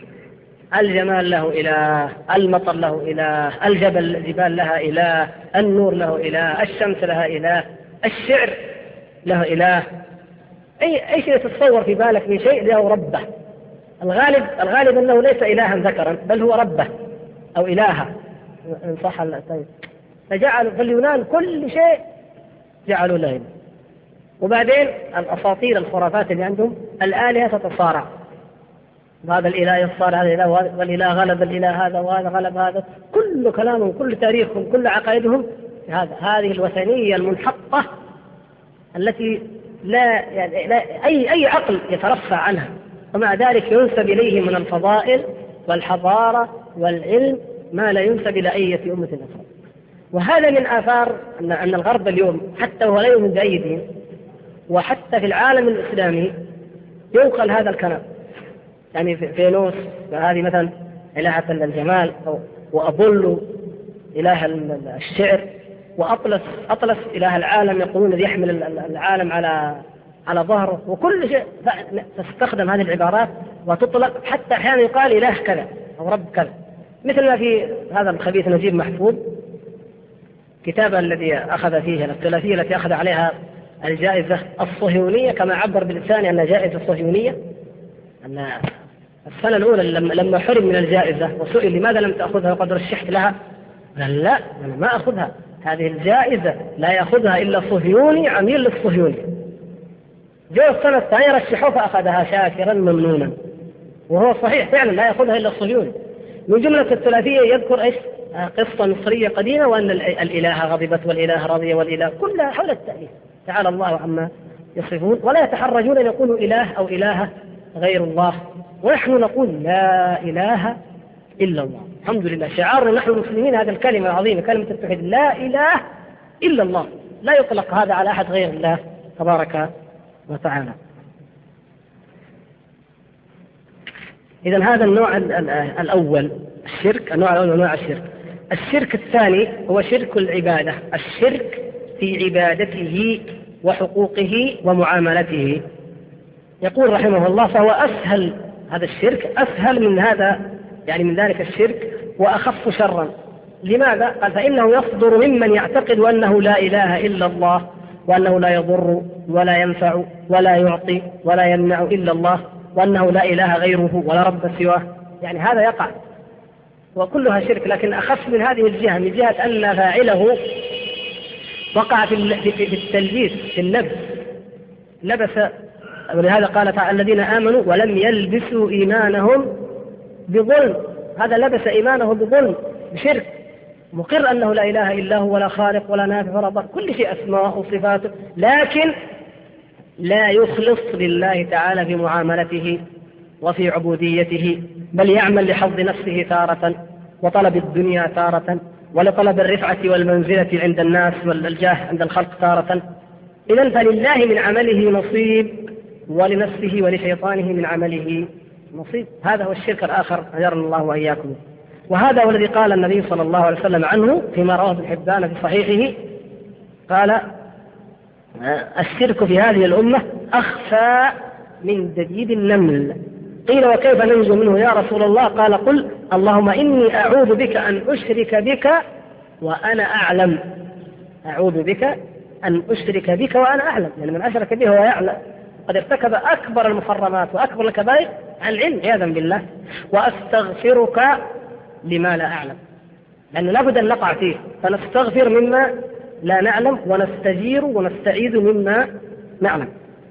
الجمال له إله، المطر له إله، الجبل الجبال لها إله، النور له إله، الشمس لها إله، الشعر له إله، أي أي شيء تتصور في بالك من شيء له ربه. الغالب الغالب أنه ليس إلها ذكرا بل هو ربه أو إلها إن صح. طيب فجعلوا في اليونان كل شيء جعلوا له إله. وبعدين الأساطير الخرافات اللي عندهم الآلهة تتصارع، هذا الإله يصارع هذا الإله، والإله غلب الإله هذا وهذا غلب هذا، كل كلامهم كل تاريخهم كل عقائدهم هذا. هذه الوثنية المنحطة التي لا, يعني لا أي أي عقل يترفع عنها، ومع ذلك ينسب إليه من الفضائل والحضارة والعلم ما لا ينسب إلى أي أمة أخرى. وهذا من آثار أن أن الغرب اليوم حتى وهو لا يؤمن بأي دين، وحتى في العالم الإسلامي ينقل هذا الكلام. يعني فينوس هذه مثلا إلهة الجمال، وأبولو إله الشعر، وأطلس أطلس إله العالم، يقولون الذي يحمل العالم على على ظهره، وكل شيء تستخدم هذه العبارات وتطلق، حتى أحيانا يقال إله كذا أو رب كذا، مثل ما في هذا الخبيث نجيب محفوظ كتابه الذي أخذ فيه الثلاثية التي أخذ عليها الجائزة الصهيونية، كما عبر بلسانه أن جائزة الصهيونية، أن السنة الأولى لما حرم من الجائزة وسئل لماذا لم تأخذها وقد رشحت لها، قال لا أنا ما أخذها، هذه الجائزة لا يأخذها إلا صهيوني عميل للصهيوني. جو السنة الثانية رشحوه فأخذها شاكرا ممنونا، وهو صحيح فعلا لا يأخذها إلا الصهيوني. من جملة الثلاثية يذكر إيش؟ قصة مصرية قديمة، وأن الإله غضبت والإله رضي والإله، كلها حول التأليف، تعالى الله عما يصفون، ولا يتحرجون أن يقولوا إله أو إله غير الله. ونحن نقول لا إله إلا الله، الحمد لله، شعارنا نحن المسلمين هذه الكلمة العظيمة، كلمة التوحيد، لا إله إلا الله، لا يطلق هذا على أحد غير الله تبارك وتعالى. إذن هذا النوع الأول الشرك، النوع الأول من أنواع الشرك. الشرك الثاني هو شرك العبادة، الشرك في عبادته وحقوقه ومعاملته. يقول رحمه الله: فهو أسهل، هذا الشرك أسهل من هذا، يعني من ذلك الشرك، وأخف شرا. لماذا؟ قال: فإنه يصدر ممن يعتقد أنه لا إله إلا الله، وأنه لا يضر ولا ينفع ولا يعطي ولا يمنع إلا الله، وأنه لا إله غيره ولا رب سواه. يعني هذا يقع، وكلها شرك، لكن أخف من هذه الجهة، من جهة أن فاعله وقع في التلبيس، في اللبس، لبس. ولهذا قال تعالى: الذين آمنوا ولم يلبسوا إيمانهم بظلم. هذا لبس إيمانه بظلم، بشرك، مقر أنه لا إله إلا هو، ولا خالق ولا نافع ولا ضار، كل شيء أسماء وصفاته، لكن لا يخلص لله تعالى في معاملته وفي عبوديته، بل يعمل لحظ نفسه تارة، وطلب الدنيا تارة، ولطلب الرفعة والمنزلة عند الناس والجاه عند الخلق تارة. إذن فلله من عمله نصيب، ولنفسه ولشيطانه من عمله نصيب. هذا هو الشرك الآخر، أجرنا الله وإياكم. وهذا هو الذي قال النبي صلى الله عليه وسلم عنه فيما رواه ابن حبان في صحيحه، قال: الشرك في هذه الأمة أخفى من دبيب النمل. قيل: وكيف ننجو منه يا رسول الله؟ قال: قل اللهم إني أعوذ بك أن أشرك بك وأنا أعلم. أعوذ بك أن أشرك بك وأنا أعلم، يعني من أشرك به هو يعلم، قد ارتكب أكبر المحرمات وأكبر الكبائر عن العلم عياذا بالله. وأستغفرك لما لا أعلم، لأنه لابد أن نقع فيه، فنستغفر مما لا نعلم، ونستجير ونستعيذ مما نعلم.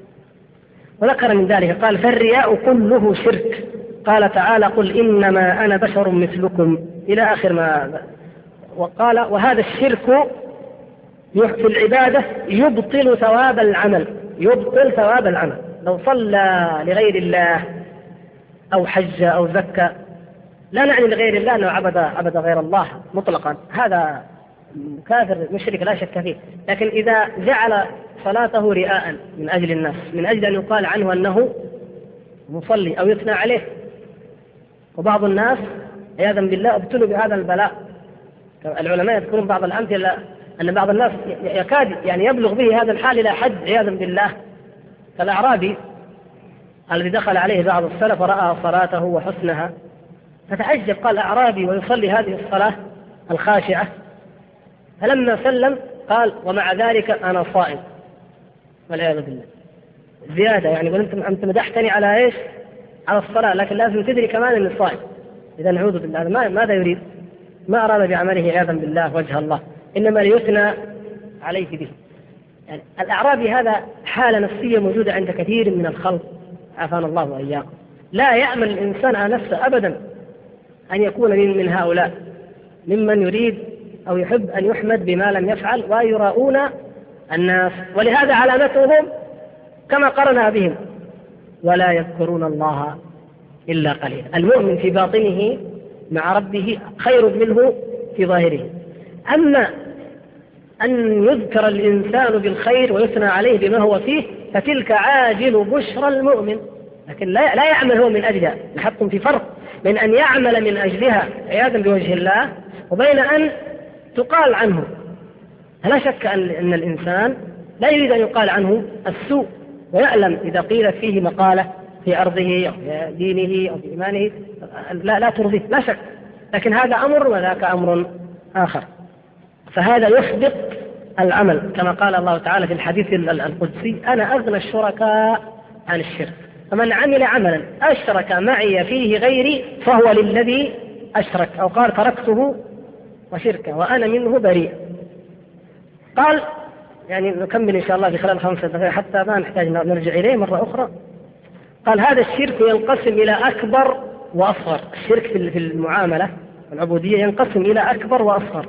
وذكر من ذلك قال: فالرياء كله شرك. قال تعالى: قل إنما أنا بشر مثلكم، إلى آخر ما. وقال: وهذا الشرك في العبادة يبطل ثواب العمل، يبطل ثواب العمل. لو صلى لغير الله أو حج أو زكى، لا نعني لغير الله أنه عبد, عبد غير الله مطلقا، هذا كافر مشرك لا شك فيه. لكن إذا جعل صلاته رئاء من أجل الناس، من أجل أن يقال عنه أنه مصلي أو يثنى عليه، وبعض الناس عياذا بالله ابتلوا بهذا البلاء. العلماء يذكرون بعض الأمثلة أن بعض الناس يكاد يعني يبلغ به هذا الحال إلى حد عياذا بالله، كالأعرابي الذي دخل عليه بعض السلف ورأى صلاته وحسنها فتعجب، قال: أعرابي ويصلي هذه الصلاة الخاشعة؟ فلما سلم قال: ومع ذلك أنا صائم، والعياذ بالله. زيادة يعني، وأنت أنت مدحتني على إيش؟ على الصلاة، لكن لازم تدري كمان أني صائم. إذا نعوذ بالله، ماذا يريد؟ ما أراد بعمله عياذا بالله وجه الله، إنما ليثنى عليه به. يعني الأعرابي هذا حالة نفسية موجودة عند كثير من الخلق، عافانا الله وإياكم. لا يأمن الإنسان على نفسه أبدا أن يكون من, من هؤلاء، ممن يريد أو يحب أن يحمد بما لم يفعل ويراؤون الناس. ولهذا علامتهم كما قرنا بهم: ولا يذكرون الله إلا قليلا. المؤمن في باطنه مع ربه خير منه في ظاهره. أما أن يذكر الإنسان بالخير ويثنى عليه بما هو فيه فتلك عاجل بشرى المؤمن، لكن لا, لا يعمل هو من أجلها. نحطم في فرق بين أن يعمل من أجلها عياذا بوجه الله، وبين أن تقال عنه. لا شك أن, أن الإنسان لا يريد أن يقال عنه السوء، ويعلم إذا قيلت فيه مقالة في أرضه أو في دينه أو في إيمانه لا, لا ترضيه، لا شك، لكن هذا أمر وذاك أمر آخر. فهذا يحبط العمل، كما قال الله تعالى في الحديث القدسي: أنا أغنى الشركاء عن الشرك، فمن عمل عملا أشرك معي فيه غيري فهو للذي أشرك، أو قال: تركته وشركه وأنا منه بريء. قال يعني نكمل إن شاء الله في خلال خمسة دقائق حتى ما نحتاج نرجع إليه مرة أخرى. قال: هذا الشرك ينقسم إلى أكبر وأصغر. الشرك في المعاملة والعبودية ينقسم إلى أكبر وأصغر،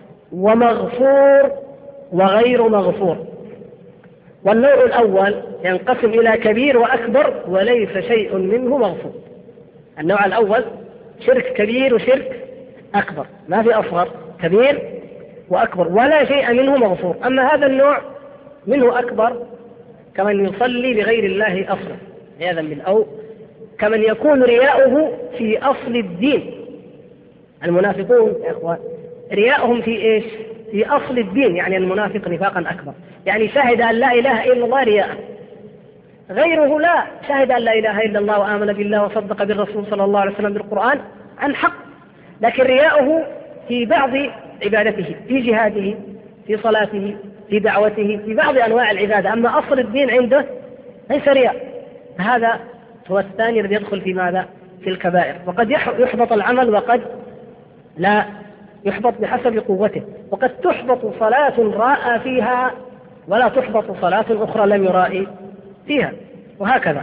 ومغفور وغير مغفور. والنوع الأول ينقسم إلى كبير وأكبر وليس شيء منه مغفور. النوع الأول شرك كبير وشرك أكبر، ما في أصغر، كبير وأكبر ولا شيء منه مغفور. أما هذا النوع منه أكبر كمن يصلي لغير الله أصلا عياذا بالله، أو كمن يكون رياؤه في أصل الدين. المنافقون يا إخوان رياءهم في إيش؟ في أصل الدين، يعني المنافق نفاقا أكبر، يعني شهد أن لا إله إلا الله رياء. غيره لا، شهد أن لا إله إلا الله وآمن بالله وصدق بالرسول صلى الله عليه وسلم بالقرآن عن حق، لكن رياؤه في بعض عبادته، في جهاده، في صلاته، في دعوته، في بعض أنواع العبادة، أما أصل الدين عنده ليس رياء. هذا هو الثاني الذي يدخل في ماذا؟ في الكبائر. وقد يحبط العمل وقد لا يحبط بحسب قوته، وقد تحبط صلاة رأى فيها ولا تحبط صلاة أخرى لم يرائي فيها، وهكذا.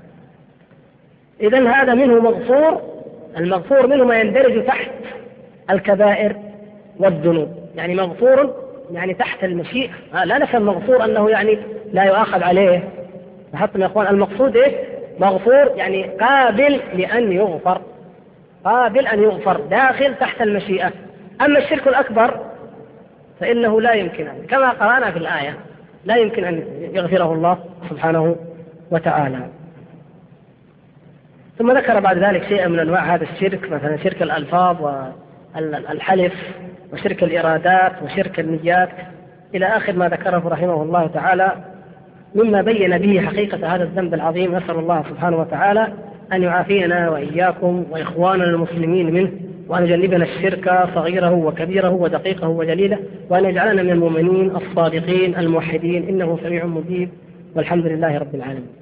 إذن هذا منه مغفور، المغفور منه ما يندرج تحت الكبائر والذنوب، يعني مغفور يعني تحت المشيئة. لا نفهم مغفور أنه يعني لا يؤاخذ عليه، لاحظتم يا أخوان المقصود إيه؟ مغفور يعني قابل لأن يغفر، قابل أن يغفر، داخل تحت المشيئة. أما الشرك الأكبر فإنه لا يمكن أن، كما قرأنا في الآية، لا يمكن أن يغفره الله سبحانه وتعالى. ثم ذكر بعد ذلك شيئا من أنواع هذا الشرك، مثلا شرك الألفاظ والحلف وشرك الإرادات وشرك النيات إلى آخر ما ذكره رحمه الله تعالى مما بين به حقيقة هذا الذنب العظيم. نسأل الله سبحانه وتعالى أن يعافينا وإياكم وإخواننا المسلمين منه، وأن يجنبنا الشرك صغيره وكبيره ودقيقه وجليله، وأن يجعلنا من المؤمنين الصادقين الموحدين، إنه سميع مجيب، والحمد لله رب العالمين.